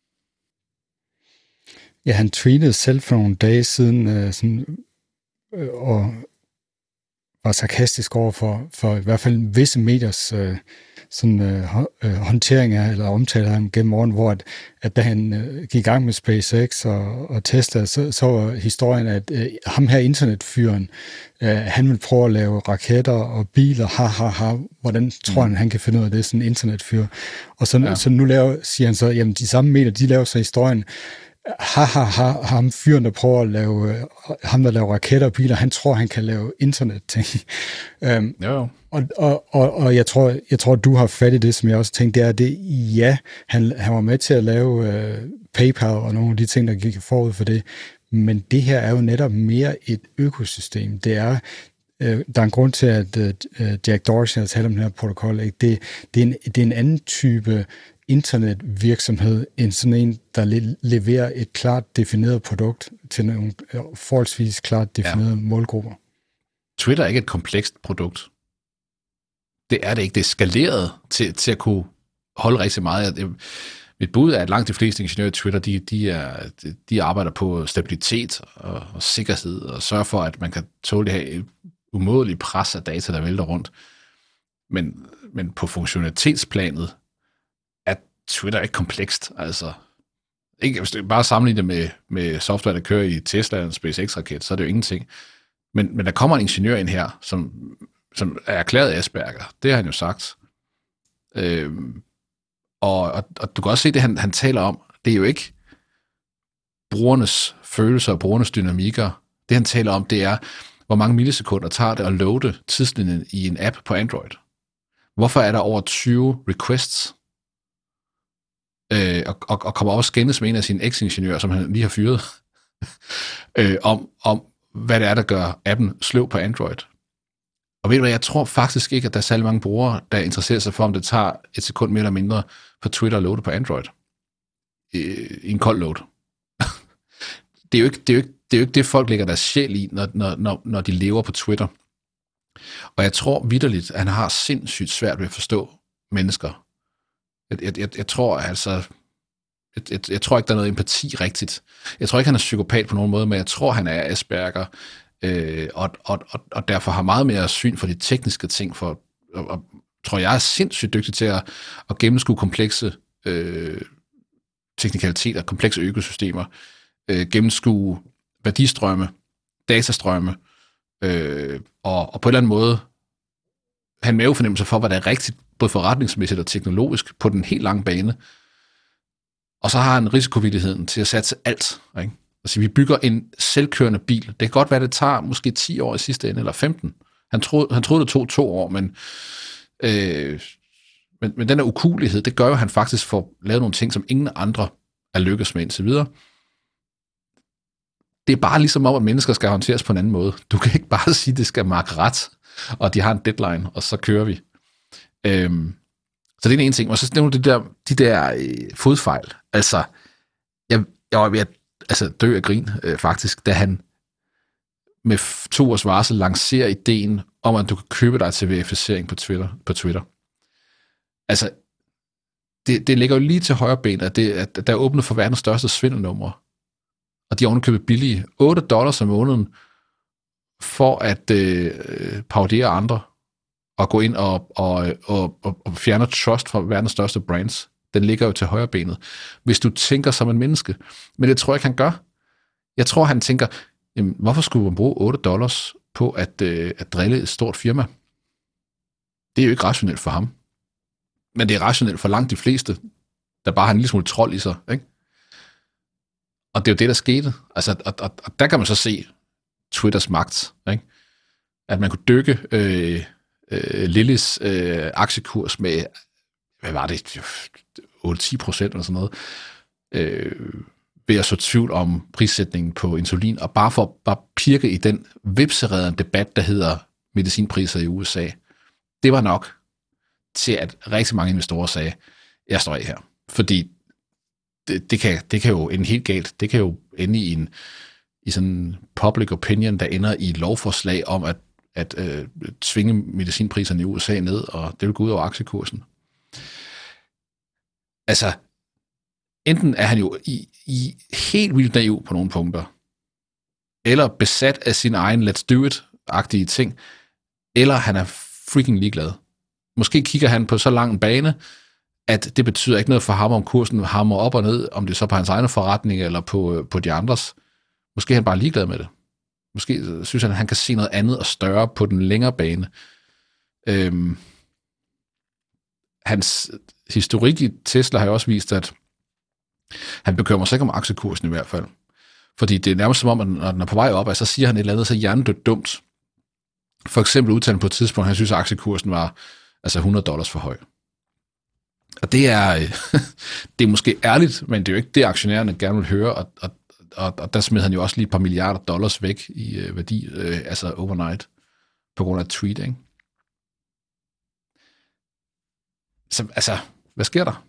Ja, han tweetede selv for nogle dage siden, øh, sådan, øh, og var sarkastisk over for, for i hvert fald visse mediers øh, sådan, øh, håndtering af, eller omtale af ham gennem åren, hvor at, at da han øh, gik i gang med SpaceX og, og Tesla, så, så var historien, at øh, ham her internetfyren, øh, han vil prøve at lave raketter og biler, ha, ha, ha, hvordan tror han, mm. han kan finde ud af det, sådan en internetfyr. Og så, ja. så nu laver, siger han så, jamen de samme medier, de laver så historien, ha, ha, ha, ham fyren, der prøver at lave, ham der laver raketter og biler, han tror, han kan lave internetting. um, jo. Og, og, og, og jeg tror, jeg tror, du har fat i det, som jeg også tænkte, det er det, ja, han, han var med til at lave uh, PayPal og nogle af de ting, der gik forud for det, men det her er jo netop mere et økosystem. Det er, uh, der er en grund til, at uh, Jack Dorsey har talt om den her protokol, ikke? Det, det, er en, det er en anden type internetvirksomhed end sådan en, der le- leverer et klart defineret produkt til nogle forholdsvis klart definerede ja. målgrupper. Twitter er ikke et komplekst produkt. Det er det ikke. Det er skaleret til, til at kunne holde rigtig meget. Mit bud er, at langt de fleste ingeniører i Twitter, de, de, er, de arbejder på stabilitet og, og sikkerhed, og sørger for, at man kan tåle det her umådelige pres af data, der vælter rundt. Men, men på funktionalitetsplanet er Twitter ikke komplekst. Altså, ikke, hvis du bare sammenligner det med, med software, der kører i Tesla og en SpaceX-raket, så er det jo ingenting. Men, men der kommer en ingeniør ind her, som, som er erklæret Asperger. Det har han jo sagt. Øhm, og, og, og du kan også se, det han, han taler om, det er jo ikke brugernes følelser og brugernes dynamikker. Det han taler om, det er, hvor mange millisekunder tager det at loade tidslinjen i en app på Android. Hvorfor er der over tyve requests? Øh, og, og, og kommer også skændes med en af sine eks-ingeniører, som han lige har fyret, øh, om, om hvad det er, der gør appen sløv på Android. Og ved du hvad, jeg tror faktisk ikke, at der er særlig mange brugere, der interesserer sig for, om det tager et sekund mere eller mindre på Twitter at loade på Android. I, i en kold load. det, er jo ikke, det, er jo ikke, det er jo ikke det, folk lægger deres sjæl i, når, når, når de lever på Twitter. Og jeg tror vitterligt, at han har sindssygt svært ved at forstå mennesker. Jeg, jeg, jeg, jeg tror altså... Jeg, jeg, jeg tror ikke, der er noget empati rigtigt. Jeg tror ikke, han er psykopat på nogen måde, men jeg tror, han er Asperger, øh, og, og, og, og derfor har meget mere syn for de tekniske ting, for, og, og tror jeg er sindssygt dygtig til at, at gennemskue komplekse øh, teknikaliteter, komplekse økosystemer, øh, gennemskue værdistrømme, datastrømme, øh, og, og på en eller anden måde have en mavefornemmelse for, hvad der er rigtigt, både forretningsmæssigt og teknologisk, på den helt lange bane. Og så har han risikovilligheden til at satse alt. Ikke? Altså, vi bygger en selvkørende bil. Det kan godt være, det tager måske ti år i sidste ende, eller femten. Han troede, han troede det tog to år, men øh, men, men den her ukulighed, det gør jo, at han faktisk får lavet nogle ting, som ingen andre er lykkes med indtil videre. Det er bare ligesom om, at mennesker skal håndteres på en anden måde. Du kan ikke bare sige, at det skal markere ret, og de har en deadline, og så kører vi. Øhm, så det er en ene ting. Og så nævner de der, de der øh, fodfejl. Altså, jeg, jeg var ved at altså, dø af grin, øh, faktisk, da han med to års varsel lancerer ideen om, at du kan købe dig til verificering på Twitter. På Twitter. Altså, det, det ligger jo lige til højre ben, at, det, at der er åbnet for verdens største svindelnummer. Og de har ovenikøbet billige otte dollars om måneden for at øh, parodere andre og gå ind og, og, og, og, og fjerne trust fra verdens største brands. Den ligger jo til højre benet. Hvis du tænker som en menneske. Men det tror jeg ikke, han gør. Jeg tror, han tænker, jamen, hvorfor skulle man bruge otte dollars på at, øh, at drille et stort firma? Det er jo ikke rationelt for ham. Men det er rationelt for langt de fleste, der bare har en lille smule trold i sig, ikke? Og det er jo det, der skete. Altså, og, og, og der kan man så se Twitters magt, ikke? At man kunne dykke øh, øh, Lillys øh, aktiekurs med, hvad var det, otte til ti procent eller sådan noget, øh, ved at så tvivl om prissætningen på insulin, og bare for at bare pirke i den vipserede debat, der hedder medicinpriser i U S A. Det var nok til, at rigtig mange investorer sagde, jeg står af her. Fordi det, det, kan, det kan jo ende helt galt. Det kan jo ende i en i sådan en public opinion, der ender i et lovforslag om at, at øh, tvinge medicinpriserne i U S A ned, og det vil gå ud over aktiekursen. Altså, enten er han jo i, i helt vildt naiv på nogle punkter, eller besat af sin egen let's do it-agtige ting, eller han er freaking ligeglad. Måske kigger han på så lang en bane, at det betyder ikke noget for ham, om kursen hammer op og ned, om det er så på hans egne forretning, eller på, på de andres. Måske er han bare ligeglad med det. Måske synes han, at han kan se noget andet og større på den længere bane. Øhm, hans historik i Tesla har jo også vist, at han bekymrer sig ikke om aktiekursen i hvert fald. Fordi det er nærmest som om, at når den er på vej op, så siger han et eller andet så hjernedødt dumt. For eksempel udtalt på et tidspunkt, han synes, at aktiekursen var altså hundrede dollars for høj. Og det er, det er måske ærligt, men det er jo ikke det, aktionærerne gerne vil høre, og, og, og, og der smed han jo også lige et par milliarder dollars væk i øh, værdi, øh, altså overnight, på grund af et tweet, ikke? Så, altså, hvad sker der?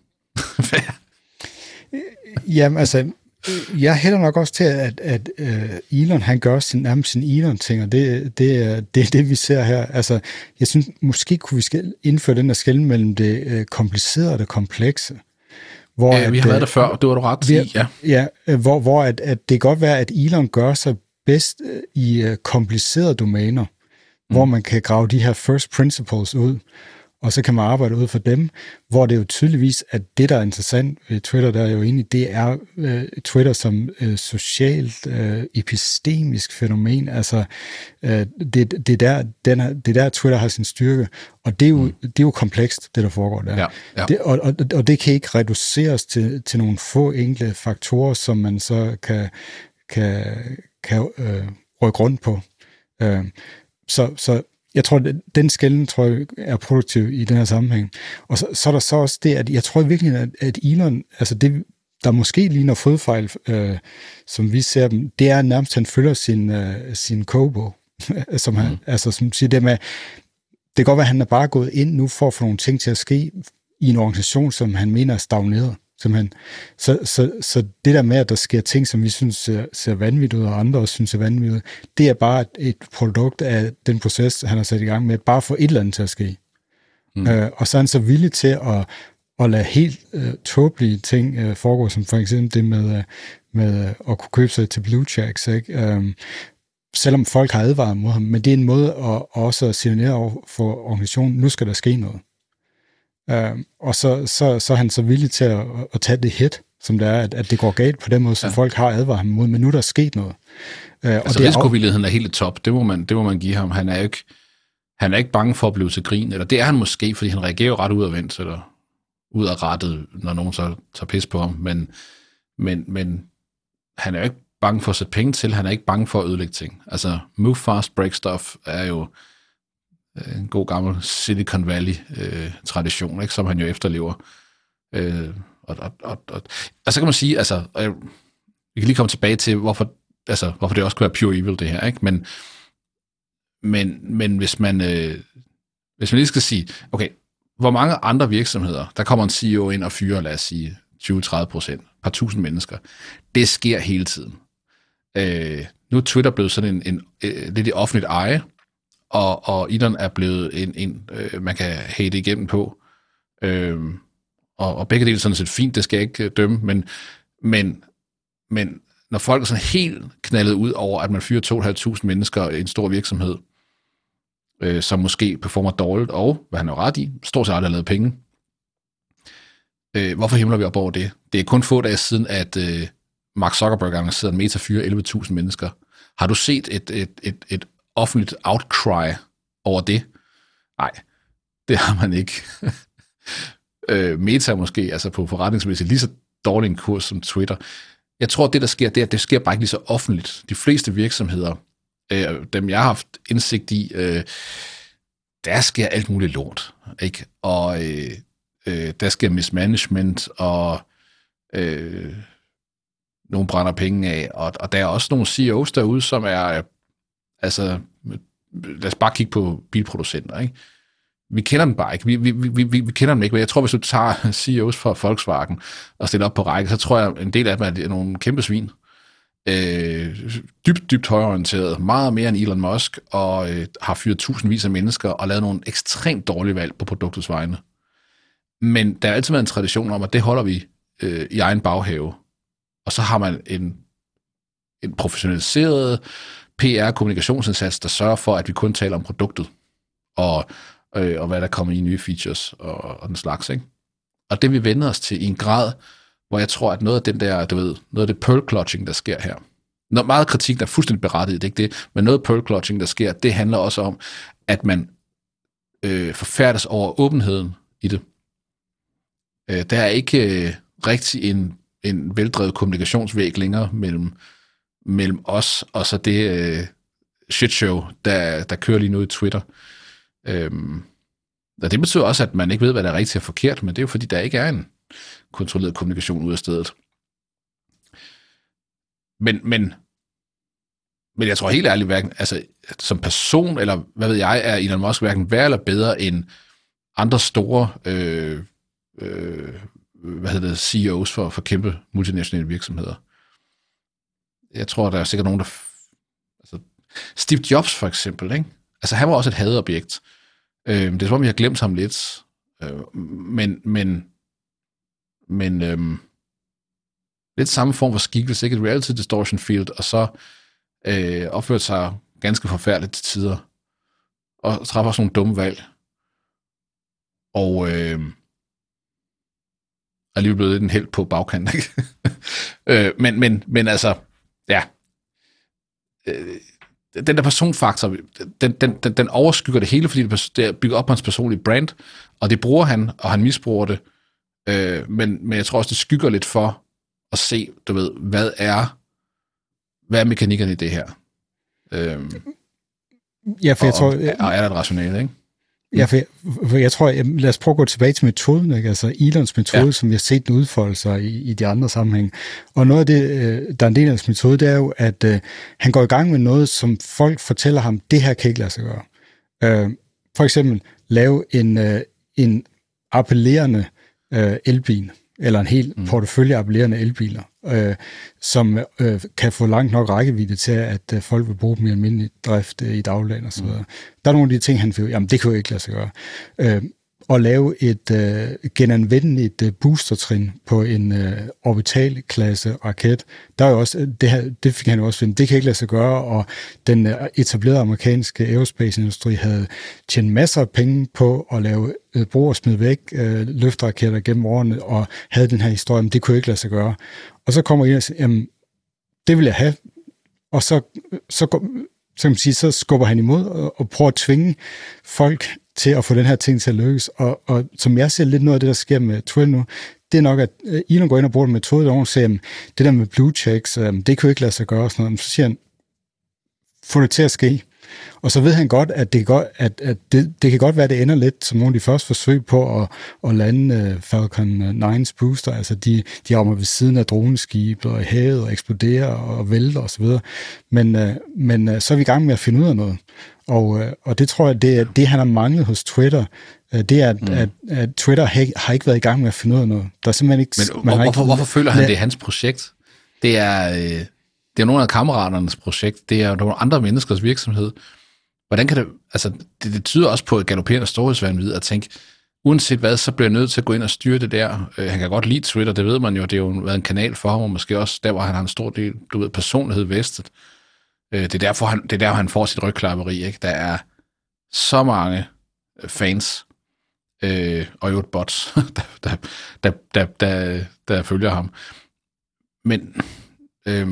Jamen, altså, jeg hælder nok også til, at, at uh, Elon, han gør sin, nærmest sin Elon-ting, og det, det, er, det er det, vi ser her. Altså, jeg synes, måske kunne vi indføre den der skelnen mellem det uh, komplicerede og det komplekse. Hvor ja, at, vi har været der før, og det var du ret i, ja. Ja, hvor, hvor at, at det kan godt være, at Elon gør sig bedst i uh, komplicerede domæner, mm. hvor man kan grave de her first principles ud, og så kan man arbejde ud for dem, hvor det er jo tydeligvis, at det, der er interessant ved Twitter, der er jo egentlig, det er uh, Twitter som uh, socialt, uh, epistemisk fænomen. Altså, uh, det, det, er der, den er, det er der, Twitter har sin styrke, og det er jo, mm. det er jo komplekst, det der foregår der. Ja, ja. Det, og, og, og det kan ikke reduceres til, til nogle få enkle faktorer, som man så kan, kan, kan uh, rykke rundt på. Uh, så, så Jeg tror, at den skelnen, tror jeg, er produktiv i den her sammenhæng. Og så, så er der så også det, at jeg tror virkelig, at, at Elon, altså det, der måske ligner fodfejl, øh, som vi ser dem, det er nærmest, at han følger sin, øh, sin kobo, som, han, mm. altså, som siger det med, det kan godt være, at han er bare gået ind nu for at få nogle ting til at ske i en organisation, som han mener er stagneret. Simpelthen. Så, så, så det der med, at der sker ting, som vi synes ser, ser vanvittigt ud, og andre også synes er vanvittigt, det er bare et, et produkt af den proces, han har sat i gang med, bare for et eller andet til at ske. Mm. Øh, og så er han så villig til at, at lade helt øh, tåbelige ting øh, foregå, som for eksempel det med, med at kunne købe sig til Blue Checks, ikke? Øh, selvom folk har advaret mod ham, men det er en måde at også signalere over for organisationen, nu skal der ske noget. Uh, og så, så, så er han så villig til at, at tage det hit, som det er, at, at det går galt på den måde, som ja. folk har advaret ham mod, men nu er der sket noget. Uh, altså risikovilligheden er helt top, det må, man, det må man give ham. Han er, ikke, han er ikke bange for at blive til grin, eller det er han måske, fordi han reagerer jo ret udadvendt, eller udadrettet, når nogen så tager pis på ham, men, men, men han er jo ikke bange for at sætte penge til, han er ikke bange for at ødelægge ting. Altså, move fast, break stuff er jo en god gammel Silicon Valley-tradition, øh, ikke, som han jo efterlever. Øh, og, og, og, og, og så kan man sige, altså, øh, vi kan lige komme tilbage til, hvorfor, altså, hvorfor det også kunne være pure evil, det her, ikke? Men, men, men hvis man øh, hvis man lige skal sige, okay, hvor mange andre virksomheder, der kommer en C E O ind og fyrer, lad os sige, tyve til tredive procent, et par tusind mennesker, det sker hele tiden. Øh, nu er Twitter blevet sådan en, en, en lidt i offentligt eje, og, og Elon er blevet en, en øh, man kan hate igennem på, øh, og, og begge dele sådan set fint, det skal jeg ikke dømme, men, men, men når folk er sådan helt knaldet ud over, at man fyrer to tusind fem hundrede mennesker i en stor virksomhed, øh, som måske performer dårligt, og, hvad han er ret i, stort set aldrig har lavet penge, øh, hvorfor himler vi op over det? Det er kun få dage siden, at øh, Mark Zuckerberg annoncerede, at Meta fyrer elleve tusind mennesker. Har du set et, et, et, et offentligt outcry over det? Nej, det har man ikke. øh, Meta måske, altså på forretningsmæssigt, lige så dårlig en kurs som Twitter. Jeg tror, det der sker, det er, at det sker bare ikke lige så offentligt. De fleste virksomheder, øh, dem jeg har haft indsigt i, øh, der sker alt muligt lort, ikke? Og øh, øh, der sker mismanagement, og øh, nogen brænder penge af, og, og der er også nogle C E O's derude, som er, altså, lad os bare kigge på bilproducenter, ikke? Vi kender dem bare ikke. Vi, vi, vi, vi, vi kender dem ikke. Men jeg tror, hvis du tager C E O's fra Volkswagen og stiller op på række, så tror jeg, en del af dem er nogle kæmpe svin. Øh, dybt, dybt højorienteret. Meget mere end Elon Musk, og øh, har fyret tusindvis af mennesker og lavet nogle ekstremt dårlige valg på produktets vegne. Men der er altid været en tradition om, at det holder vi øh, i egen baghave. Og så har man en, en professionaliseret P R-kommunikationsindsats, der sørger for, at vi kun taler om produktet. Og øh, og hvad der kommer i nye features og, og den slags, ikke? Og det vi vender os til i en grad, hvor jeg tror, at noget af den der, du ved, noget af det pearl clutching, der sker her, når meget kritik, der er fuldstændig berettiget, det er ikke det, men noget pearl clutching, der sker, det handler også om, at man øh, forfærdes over åbenheden i det. Øh, der er ikke øh, rigtig en, en veldrevet kommunikationsvæg længere mellem, mellem os og så det øh, shitshow, der, der kører lige nu i Twitter. Øhm, og det betyder også, at man ikke ved, hvad der er rigtigt og forkert, men det er jo fordi, der ikke er en kontrolleret kommunikation ud af stedet. Men, men, men jeg tror helt ærligt, hverken, altså, som person, eller hvad ved jeg, er Elon Musk hverken værre eller bedre end andre store øh, øh, hvad hedder det, C E O's for, for kæmpe multinationale virksomheder. Jeg tror, der er sikkert nogen, der... Altså, Steve Jobs for eksempel, ikke? Altså, han var også et hadobjekt. Øh, det er som om, vi har glemt ham lidt. Øh, men, men, men øh, lidt samme form for skikkelse, ikke? Et reality distortion field, og så øh, opførte sig ganske forfærdeligt til tider, og træffer også nogle dumme valg. Og øh, er lige blevet lidt en held på bagkanten, ikke? øh, men, men, men altså, ja... Øh, den der personfaktor, den, den, den, den overskygger det hele, fordi det er bygget op på hans personlige brand, og det bruger han, og han misbruger det. Øh, men, men jeg tror også, det skygger lidt for at se, du ved, hvad er, hvad er mekanikkerne i det her? Øh, ja, for jeg og, tror... Og, og er der et rationale, ikke? Ja, for jeg, for jeg tror, jeg, lad os prøve at gå tilbage til metoden, ikke? Altså Elons metode, ja. Som vi har set den udfolde sig i, i de andre sammenhænge. Og noget af det, der er en del af hans metode, det er jo, at uh, han går i gang med noget, som folk fortæller ham, det her kan ikke lade sig gøre. Uh, for eksempel lave en, uh, en appellerende uh, elbil, eller en hel mm. portefølje appellerende elbiler, øh, som øh, kan få langt nok rækkevidde til, at øh, folk vil bruge dem i almindelig drift øh, i dagligdagen og så videre. Mm. Der er nogle af de ting, han vil, jamen det kan jo ikke lade sig gøre. Øh, at lave et øh, genanvendeligt øh, boostertrin på en øh, orbitalklasse raket, der er jo også, det, her, det fik han jo også finde, det kan ikke lade sig gøre, og den øh, etablerede amerikanske aerospace-industri havde tjent masser af penge på at lave øh, brug og smid væk øh, løfteraketter gennem årene, og havde den her historie, men det kunne ikke lade sig gøre. Og så kommer jeg og siger, jamen, det vil jeg have, og så, så, så, kan man sige, så skubber han imod og, og prøver at tvinge folk til at få den her ting til at lykkes. Og, og som jeg ser lidt noget af det, der sker med Twitter nu, det er nok, at Elon går ind og bruger en metode, der og siger, det der med blue checks, det kan jo ikke lade sig gøre og sådan noget. Men så siger han, få det til at ske. Og så ved han godt, at det, godt, at, at det, det kan godt være, at det ender lidt som nogle af de første forsøg på at, at lande uh, Falcon ni's booster. Altså de, de rammer ved siden af droneskibet og i havet og eksploderer og vælter osv. Men, uh, men uh, så er vi i gang med at finde ud af noget. Og, uh, og det tror jeg, det er det, han har manglet hos Twitter. Uh, det er, at, mm. at, at Twitter har, har ikke været i gang med at finde ud af noget. Der er simpelthen ikke... Men man hvorfor, ikke, hvorfor føler han, det er hans projekt? Det er... Øh... Det er nogle af kammeraternes projekt. Det er nogle andre menneskers virksomhed. Hvordan kan det... Altså, det, det tyder også på et galopperende storhedsvanvid at tænke, uanset hvad, så bliver jeg nødt til at gå ind og styre det der. Øh, han kan godt lide Twitter, det ved man jo. Det er jo været en kanal for ham, og måske også der, hvor han har en stor del, du ved, personlighed vestet. Øh, det er derfor, han, det er der, han får sit rygklapperi, ikke? Der er så mange fans, øh, og jo et bots, der, der, der, der, der, der følger ham. Men... Øh,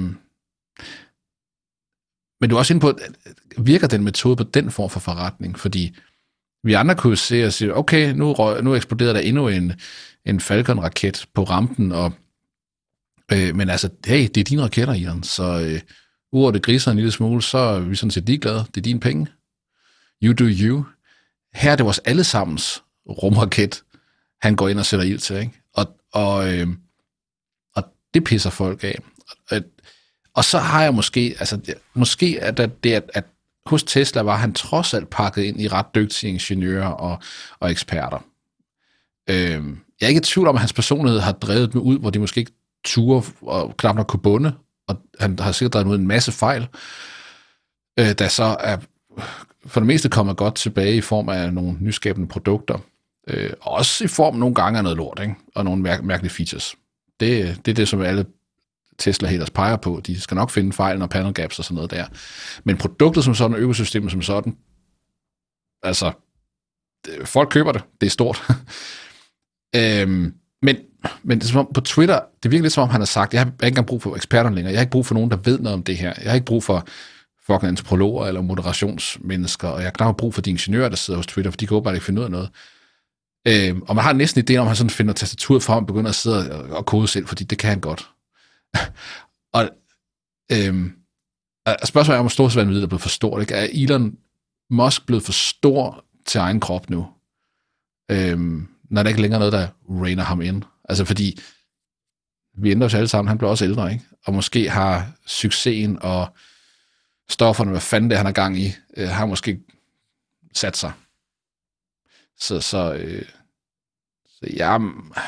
Men du er også inde på, virker den metode på den form for forretning? Fordi vi andre kunne se og sige, okay, nu, røg, nu eksploderede der endnu en, en Falcon-raket på rampen, og, øh, men altså, hey, det er dine raketter, Ian, så øh, udover det griser en lille smule, så er vi sådan set ligeglade. Det er dine penge. You do you. Her er det vores allesammens rumraket, han går ind og sætter ild til, ikke? Og, og, øh, og det pisser folk af. Og, Og så har jeg måske, altså måske er det, det at, at hos Tesla var han trods alt pakket ind i ret dygtige ingeniører og, og eksperter. Øhm, jeg er ikke i tvivl om, at hans personlighed har drevet dem ud, hvor de måske ikke turde og knap nok kunne bunde, og han har sikkert drevet ud en masse fejl, øh, der så er for det meste kommet godt tilbage i form af nogle nyskabende produkter, øh, og også i form nogle gange af noget lort, ikke? Og nogle mær- mærkelige features. Det, det er det, som alle Tesla-haters peger på. De skal nok finde fejl og panel gaps og sådan noget der. Men produktet som sådan, og økosystemet som sådan, altså, det, folk køber det. Det er stort. øhm, men men det er, som om, på Twitter, det virker lidt som om, han har sagt, jeg har ikke engang brug for eksperterne længere. Jeg har ikke brug for nogen, der ved noget om det her. Jeg har ikke brug for fucking antropologer eller moderationsmennesker, og jeg har knap brug for de ingeniører, der sidder hos Twitter, for de kan bare ikke finde ud af noget. Øhm, og man har næsten idé om, at han sådan finder tastaturet frem og begynder at sidde og kode selv, fordi det kan han godt. og øhm, spørgsmålet er, om storhedsvanvid er blevet for stort. Ikke? Er Elon Musk blevet for stor til egen krop nu? Øhm, når der ikke længere noget, der rainer ham ind. Altså fordi, vi ændrer os alle sammen, han bliver også ældre, ikke? Og måske har succesen og stofferne, hvad fanden det han er gang i, øh, har måske sat sig. Så, så, øh, så jeg,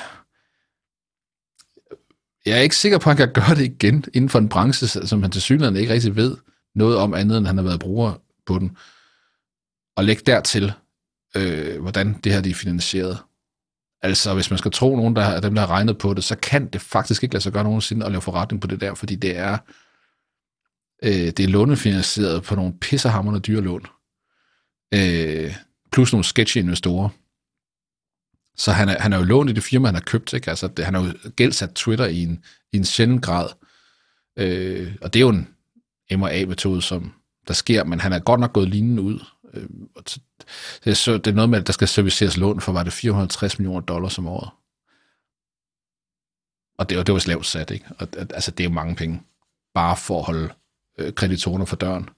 jeg er ikke sikker på, at han kan gøre det igen inden for en branche, som han tilsyneladende ikke rigtig ved noget om andet, end han har været bruger på den. Og lægge dertil, øh, hvordan det her de er finansieret. Altså, hvis man skal tro nogen, der er dem, der har regnet på det, så kan det faktisk ikke lade sig gøre nogensinde at lave forretning på det der, fordi det er, øh, det er lånefinansieret på nogle pissehamrende dyre lån. Øh, plus nogle sketchy investorer. Så han er, han er jo lånt i det firma, han har købt, ikke? Altså, det, han har jo gældsat Twitter i en, i en sjælden grad. Øh, og det er jo en M og A-metode, som der sker, men han er godt nok gået lignende ud. Øh, det, er, det er noget med, at der skal serviceres lån for, var det fire hundrede og halvtreds millioner dollars om året. Og det, det var lavt sat, ikke? Og, altså, det er jo mange penge, bare for at holde øh, kreditorerne for døren.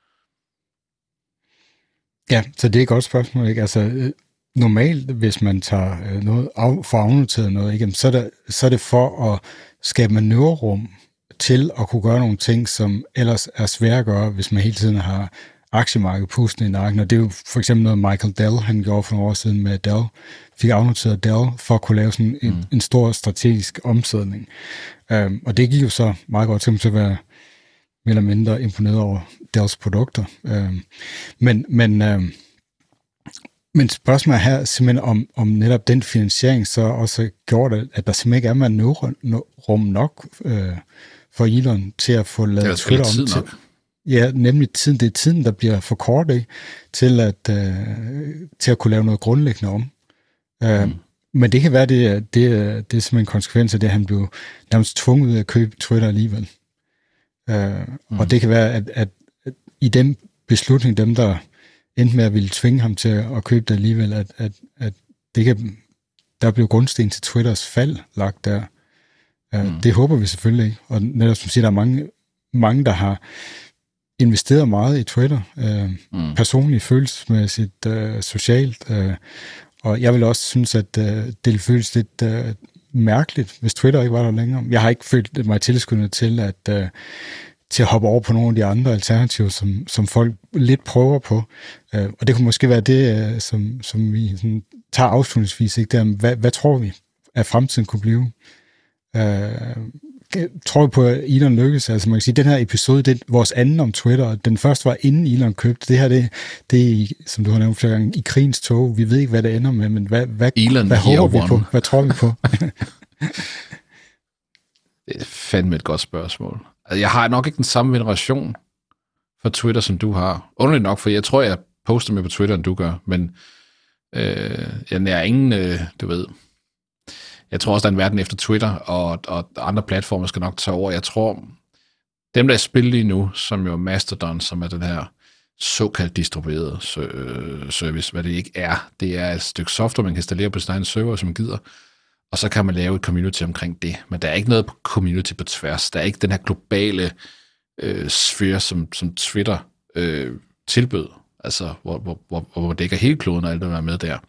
Ja, så det er et godt spørgsmål, ikke? Altså, normalt, hvis man tager noget af, for afnoteret noget, ikke? Så, er det, så er det for at skabe manøvrerum til at kunne gøre nogle ting, som ellers er svære at gøre, hvis man hele tiden har aktiemarkedet pusten i nakken. Og det er jo for eksempel noget, Michael Dell, han gjorde for nogle år siden med Dell, fik afnoteret Dell for at kunne lave sådan en, mm. en stor strategisk omsætning. Um, og det gik jo så meget godt til at være mere eller mindre imponeret over Dells produkter. Um, men men um, Men spørgsmålet her er simpelthen om, om netop den finansiering så også gjort, at der simpelthen ikke er manøvrerum nok øh, for Elon til at få lavet Twitter om til. Nok. Ja, nemlig tiden. Det er tiden, der bliver for kort, ikke? Til, at, øh, til at kunne lave noget grundlæggende om. Øh, mm. Men det kan være, det, det, det er simpelthen en konsekvens af det, at han blev nærmest tvunget ud at købe Twitter alligevel. Øh, mm. Og det kan være, at, at, at i den beslutning, dem der endte med at ville tvinge ham til at købe det alligevel, at, at, at det kan, der blev grundsten til Twitters fald lagt der. Mm. Det håber vi selvfølgelig ikke. Og netop som siger, der er mange, mange, der har investeret meget i Twitter, øh, mm. personligt, følelsesmæssigt, øh, socialt, øh, og jeg vil også synes, at øh, det ville føles lidt øh, mærkeligt, hvis Twitter ikke var der længere. Jeg har ikke følt mig tilskyndet til at, øh, til at hoppe over på nogle af de andre alternativer, som, som folk lidt prøver på, øh, og det kunne måske være det, øh, som, som vi sådan, tager afslutningsvis, ikke? Der, hvad, hvad tror vi, at fremtiden kunne blive? Øh, tror jeg på, at Elon lykkes? Altså man kan sige, den her episode, det er vores anden om Twitter, den første var inden Elon købte. Det her, det, det er, som du har nævnt flere gange, i krigens tog. Vi ved ikke, hvad det ender med, men hvad, hvad, Elon hvad håber vi one. på? Hvad tror vi på? Det er fandme et godt spørgsmål. Altså, jeg har nok ikke den samme veneration for Twitter, som du har. Underligt nok, for jeg tror, jeg poster mere på Twitter, end du gør, men øh, jeg er ingen, øh, du ved... Jeg tror også, der er en verden efter Twitter, og, og andre platformer skal nok tage over. Jeg tror, dem, der er spillet lige nu, som jo er Mastodon, som er den her såkaldt distribuerede service, hvad det ikke er, det er et stykke software, man kan installere på sin egen server, som man gider, og så kan man lave et community omkring det. Men der er ikke noget community på tværs. Der er ikke den her globale øh, sfære, som, som Twitter øh, tilbød, altså hvor, hvor, hvor, hvor det dækker hele kloden og alt det, der er med der.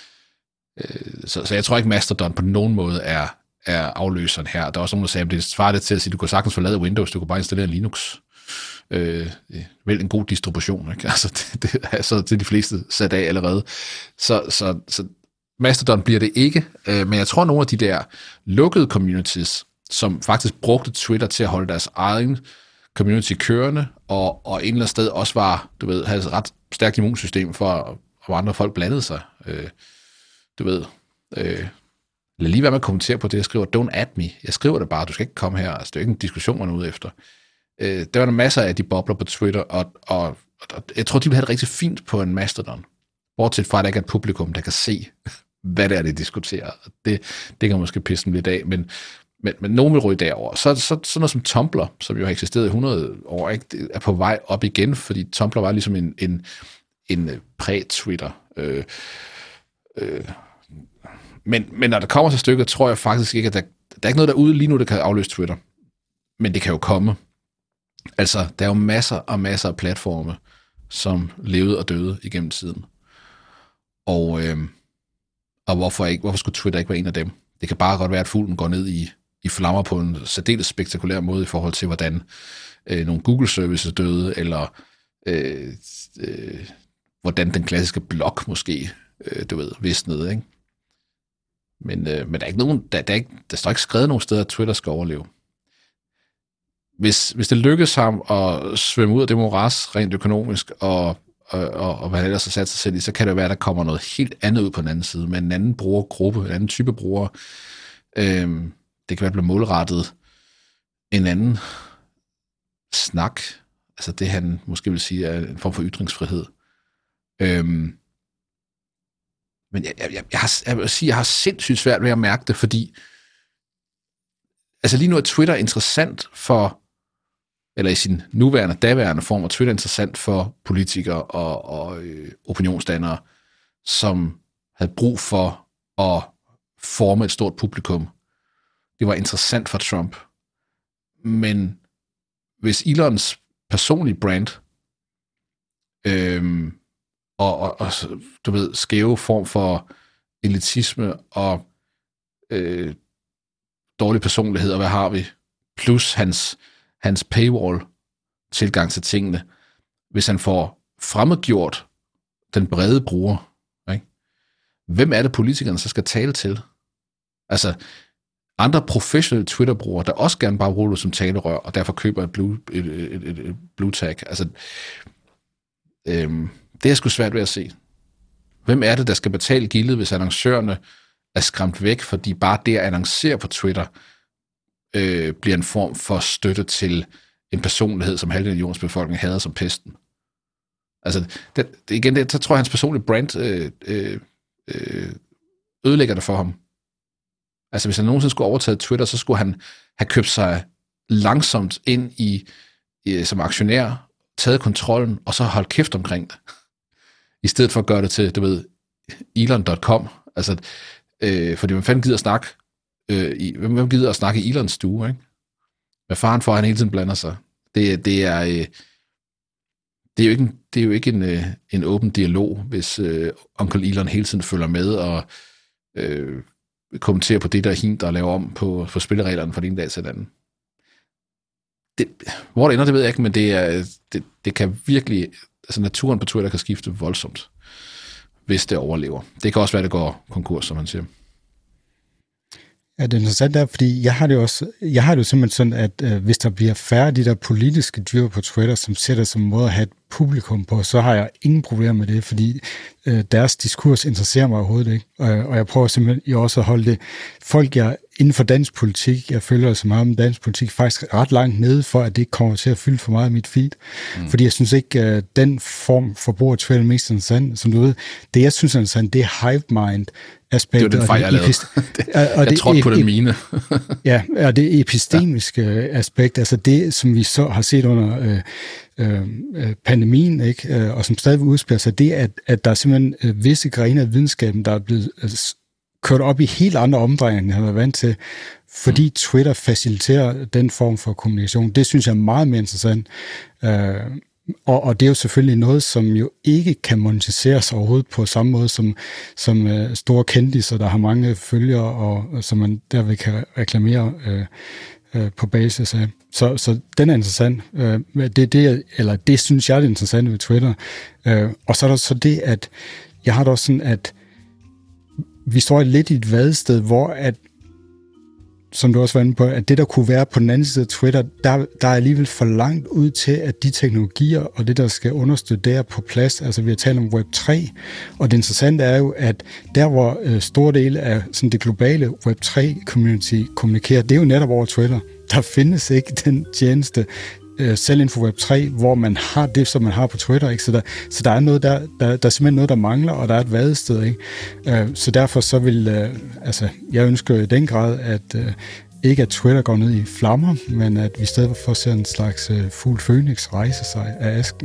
Så, så jeg tror ikke, Mastodon på nogen måde er, er afløseren her. Der er også nogen, der sagde, at det svarer det til at sige, at du kan sagtens forlade Windows, du kan bare installere Linux. Øh, vel en god distribution, ikke? Altså, det, det, altså, det er de fleste sat af allerede. Så, så, så Mastodon bliver det ikke, øh, men jeg tror, nogle af de der lukkede communities, som faktisk brugte Twitter til at holde deres egen community kørende, og, og en eller anden sted også var, du ved, havde et ret stærkt immunsystem for, hvor andre folk blandede sig. Øh, Du ved, øh, lad lige være med at kommentere på det, jeg skriver, don't add me. Jeg skriver det bare, du skal ikke komme her. Altså, det er jo ikke en diskussion, man er ude efter. Øh, der var der masser af de bobler på Twitter, og, og, og jeg tror, de vil have det rigtig fint på en Mastodon. Bortset fra, at der ikke er et publikum, der kan se, hvad det er, de diskuterer. Det, det kan måske pisse dem lidt af, men, men, men nogen vil ryge derover. Så, så sådan noget som Tumblr, som jo har eksisteret i hundrede år, ikke, det er på vej op igen, fordi Tumblr var ligesom en, en, en præ-Twitter. Øh, øh, Men, men når det kommer til stykket, tror jeg faktisk ikke, at der, der er ikke noget derude lige nu, der kan afløse Twitter. Men det kan jo komme. Altså, der er jo masser og masser af platforme, som levede og døde igennem tiden. Og, øh, og hvorfor, ikke, hvorfor skulle Twitter ikke være en af dem? Det kan bare godt være, at fuglen går ned i, i flammer på en særdeles spektakulær måde i forhold til, hvordan øh, nogle Google-services døde, eller øh, øh, hvordan den klassiske blog måske, øh, du ved, visnede, ikke? Men, øh, men der er ikke nogen, der, der, er ikke, der står ikke skrevet nogen steder, at Twitter skal overleve. Hvis, hvis det lykkes ham at svømme ud af det moras rent økonomisk, og, og, og, og hvad han ellers har sat sig selv i, så kan det være, at der kommer noget helt andet ud på den anden side, med en anden brugergruppe, en anden type brugere. Øhm, det kan være, at blive målrettet en anden snak, altså det han måske vil sige er en form for ytringsfrihed. Øhm, Men jeg, jeg, jeg, har, jeg vil sige, jeg har sindssygt svært ved at mærke det, fordi altså lige nu er Twitter interessant for, eller i sin nuværende, daværende form, er Twitter interessant for politikere og, og øh, opinionsdannere, som havde brug for at forme et stort publikum. Det var interessant for Trump. Men hvis Elons personlige brand øh, Og, og, og, du ved, skæve form for elitisme og øh, dårlig personlighed, og hvad har vi? Plus hans, hans paywall-tilgang til tingene. Hvis han får fremmedgjort den brede bruger, ikke? Hvem er det, politikerne så skal tale til? Altså, andre professionelle Twitter-brugere, der også gerne bare bruger det som talerør, og derfor køber et blue, et, et, et, et blue tag. Altså, øhm, det er sgu svært ved at se. Hvem er det, der skal betale gildet, hvis annoncørerne er skræmt væk, fordi bare det at annoncere på Twitter øh, bliver en form for støtte til en personlighed, som halvdelen af jordens befolkning hader som pesten. Altså, det, det, igen, det, så tror jeg, hans personlige brand øh, øh, øh, ødelægger det for ham. Altså, hvis han nogensinde skulle overtage Twitter, så skulle han have købt sig langsomt ind i, i som aktionær, taget kontrollen, og så holdt kæft omkring det. I stedet for at gøre det til, du ved, elon punktum com. Altså, øh, fordi man fanden gider at snakke, øh, i, hvem gider at snakke i Elons stue, ikke? Med faren for, at han hele tiden blander sig. Det, det er, øh, det er jo ikke en, det er jo ikke en, øh, en åben dialog, hvis øh, onkel Elon hele tiden følger med og øh, kommenterer på det, der er hint og laver om på, på spillereglerne fra den ene dag til den anden. Det, hvor det ender, det ved jeg ikke, men det, er, det, det kan virkelig, altså naturen på Twitter kan skifte voldsomt, hvis det overlever. Det kan også være, det går konkurs, som man siger. Ja, det er interessant der, fordi jeg har det jo også, jeg har det jo simpelthen sådan, at øh, hvis der bliver færre af de der politiske dyr på Twitter, som sætter som måde at have et publikum på, så har jeg ingen problemer med det, fordi øh, deres diskurs interesserer mig overhovedet ikke. Og, og jeg prøver simpelthen jeg også at holde det folk, jeg inden for dansk politik, jeg følger så meget om dansk politik, faktisk ret langt nede for, at det ikke kommer til at fylde for meget af mit feed. Mm. Fordi jeg synes ikke, at den form for brug af Twitter er mest interessant. Som du ved, det jeg synes er interessant, det er hive mind aspektet. Det var den fejl, jeg lavede. Og jeg trådte på den mine. Ja, og det epistemiske ja. aspekt, altså det, som vi så har set under øh, øh, pandemien, ikke, øh, og som stadig udspiller sig, det er, at, at der er simpelthen øh, visse grene af videnskaben, der er blevet øh, kørt op i helt andre omdrejninger, end jeg har været vant til, fordi mm. Twitter faciliterer den form for kommunikation. Det synes jeg er meget mere interessant. Øh, Og, og det er jo selvfølgelig noget, som jo ikke kan monetiseres overhovedet på samme måde som, som uh, store kendiser, der har mange følgere, og, og som man derved kan reklamere uh, uh, på basis af. Så, så den er interessant. Uh, det, det, eller det synes jeg er det interessante ved Twitter. Uh, og så er der så det, at jeg har det også sådan, at vi står lidt i et vadested, hvor at som du også var inde på, at det, der kunne være på den anden side af Twitter, der, der er alligevel for langt ud til, at de teknologier og det, der skal understøtte, det er på plads. Altså, vi har talt om web tre, og det interessante er jo, at der, hvor øh, store dele af sådan det globale web tre-community kommunikerer, det er jo netop over Twitter. Der findes ikke den tjeneste, øh, selv inden for web tre, hvor man har det, som man har på Twitter. Ikke? Så, der, så der er noget, der, der, der er simpelthen noget, der mangler, og der er et vadested. Ikke? Øh, så derfor så vil, øh, altså, jeg ønsker i den grad, at øh, ikke at Twitter går ned i flammer, men at vi i stedet for ser en slags øh, fugl Phoenix rejse sig af asken.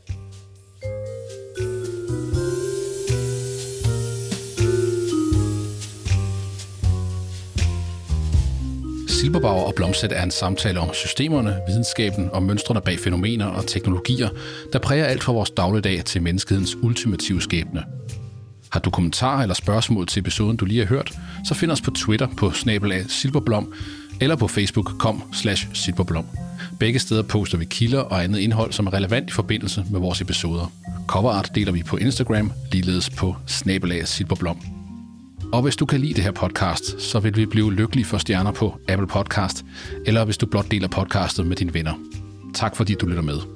Silberbauer og Blomstedt er en samtale om systemerne, videnskaben og mønstrene bag fænomener og teknologier, der præger alt fra vores dagligdag til menneskehedens ultimative skæbne. Har du kommentarer eller spørgsmål til episoden, du lige har hørt, så find os på Twitter på snabel-a silberblom eller på Facebook punktum com slash silberblom. Begge steder poster vi kilder og andet indhold, som er relevant i forbindelse med vores episoder. Coverart deler vi på Instagram, ligeledes på snabel-a silberblom. Og hvis du kan lide det her podcast, så vil vi blive lykkelige for stjerner på Apple Podcast, eller hvis du blot deler podcastet med dine venner. Tak fordi du lytter med.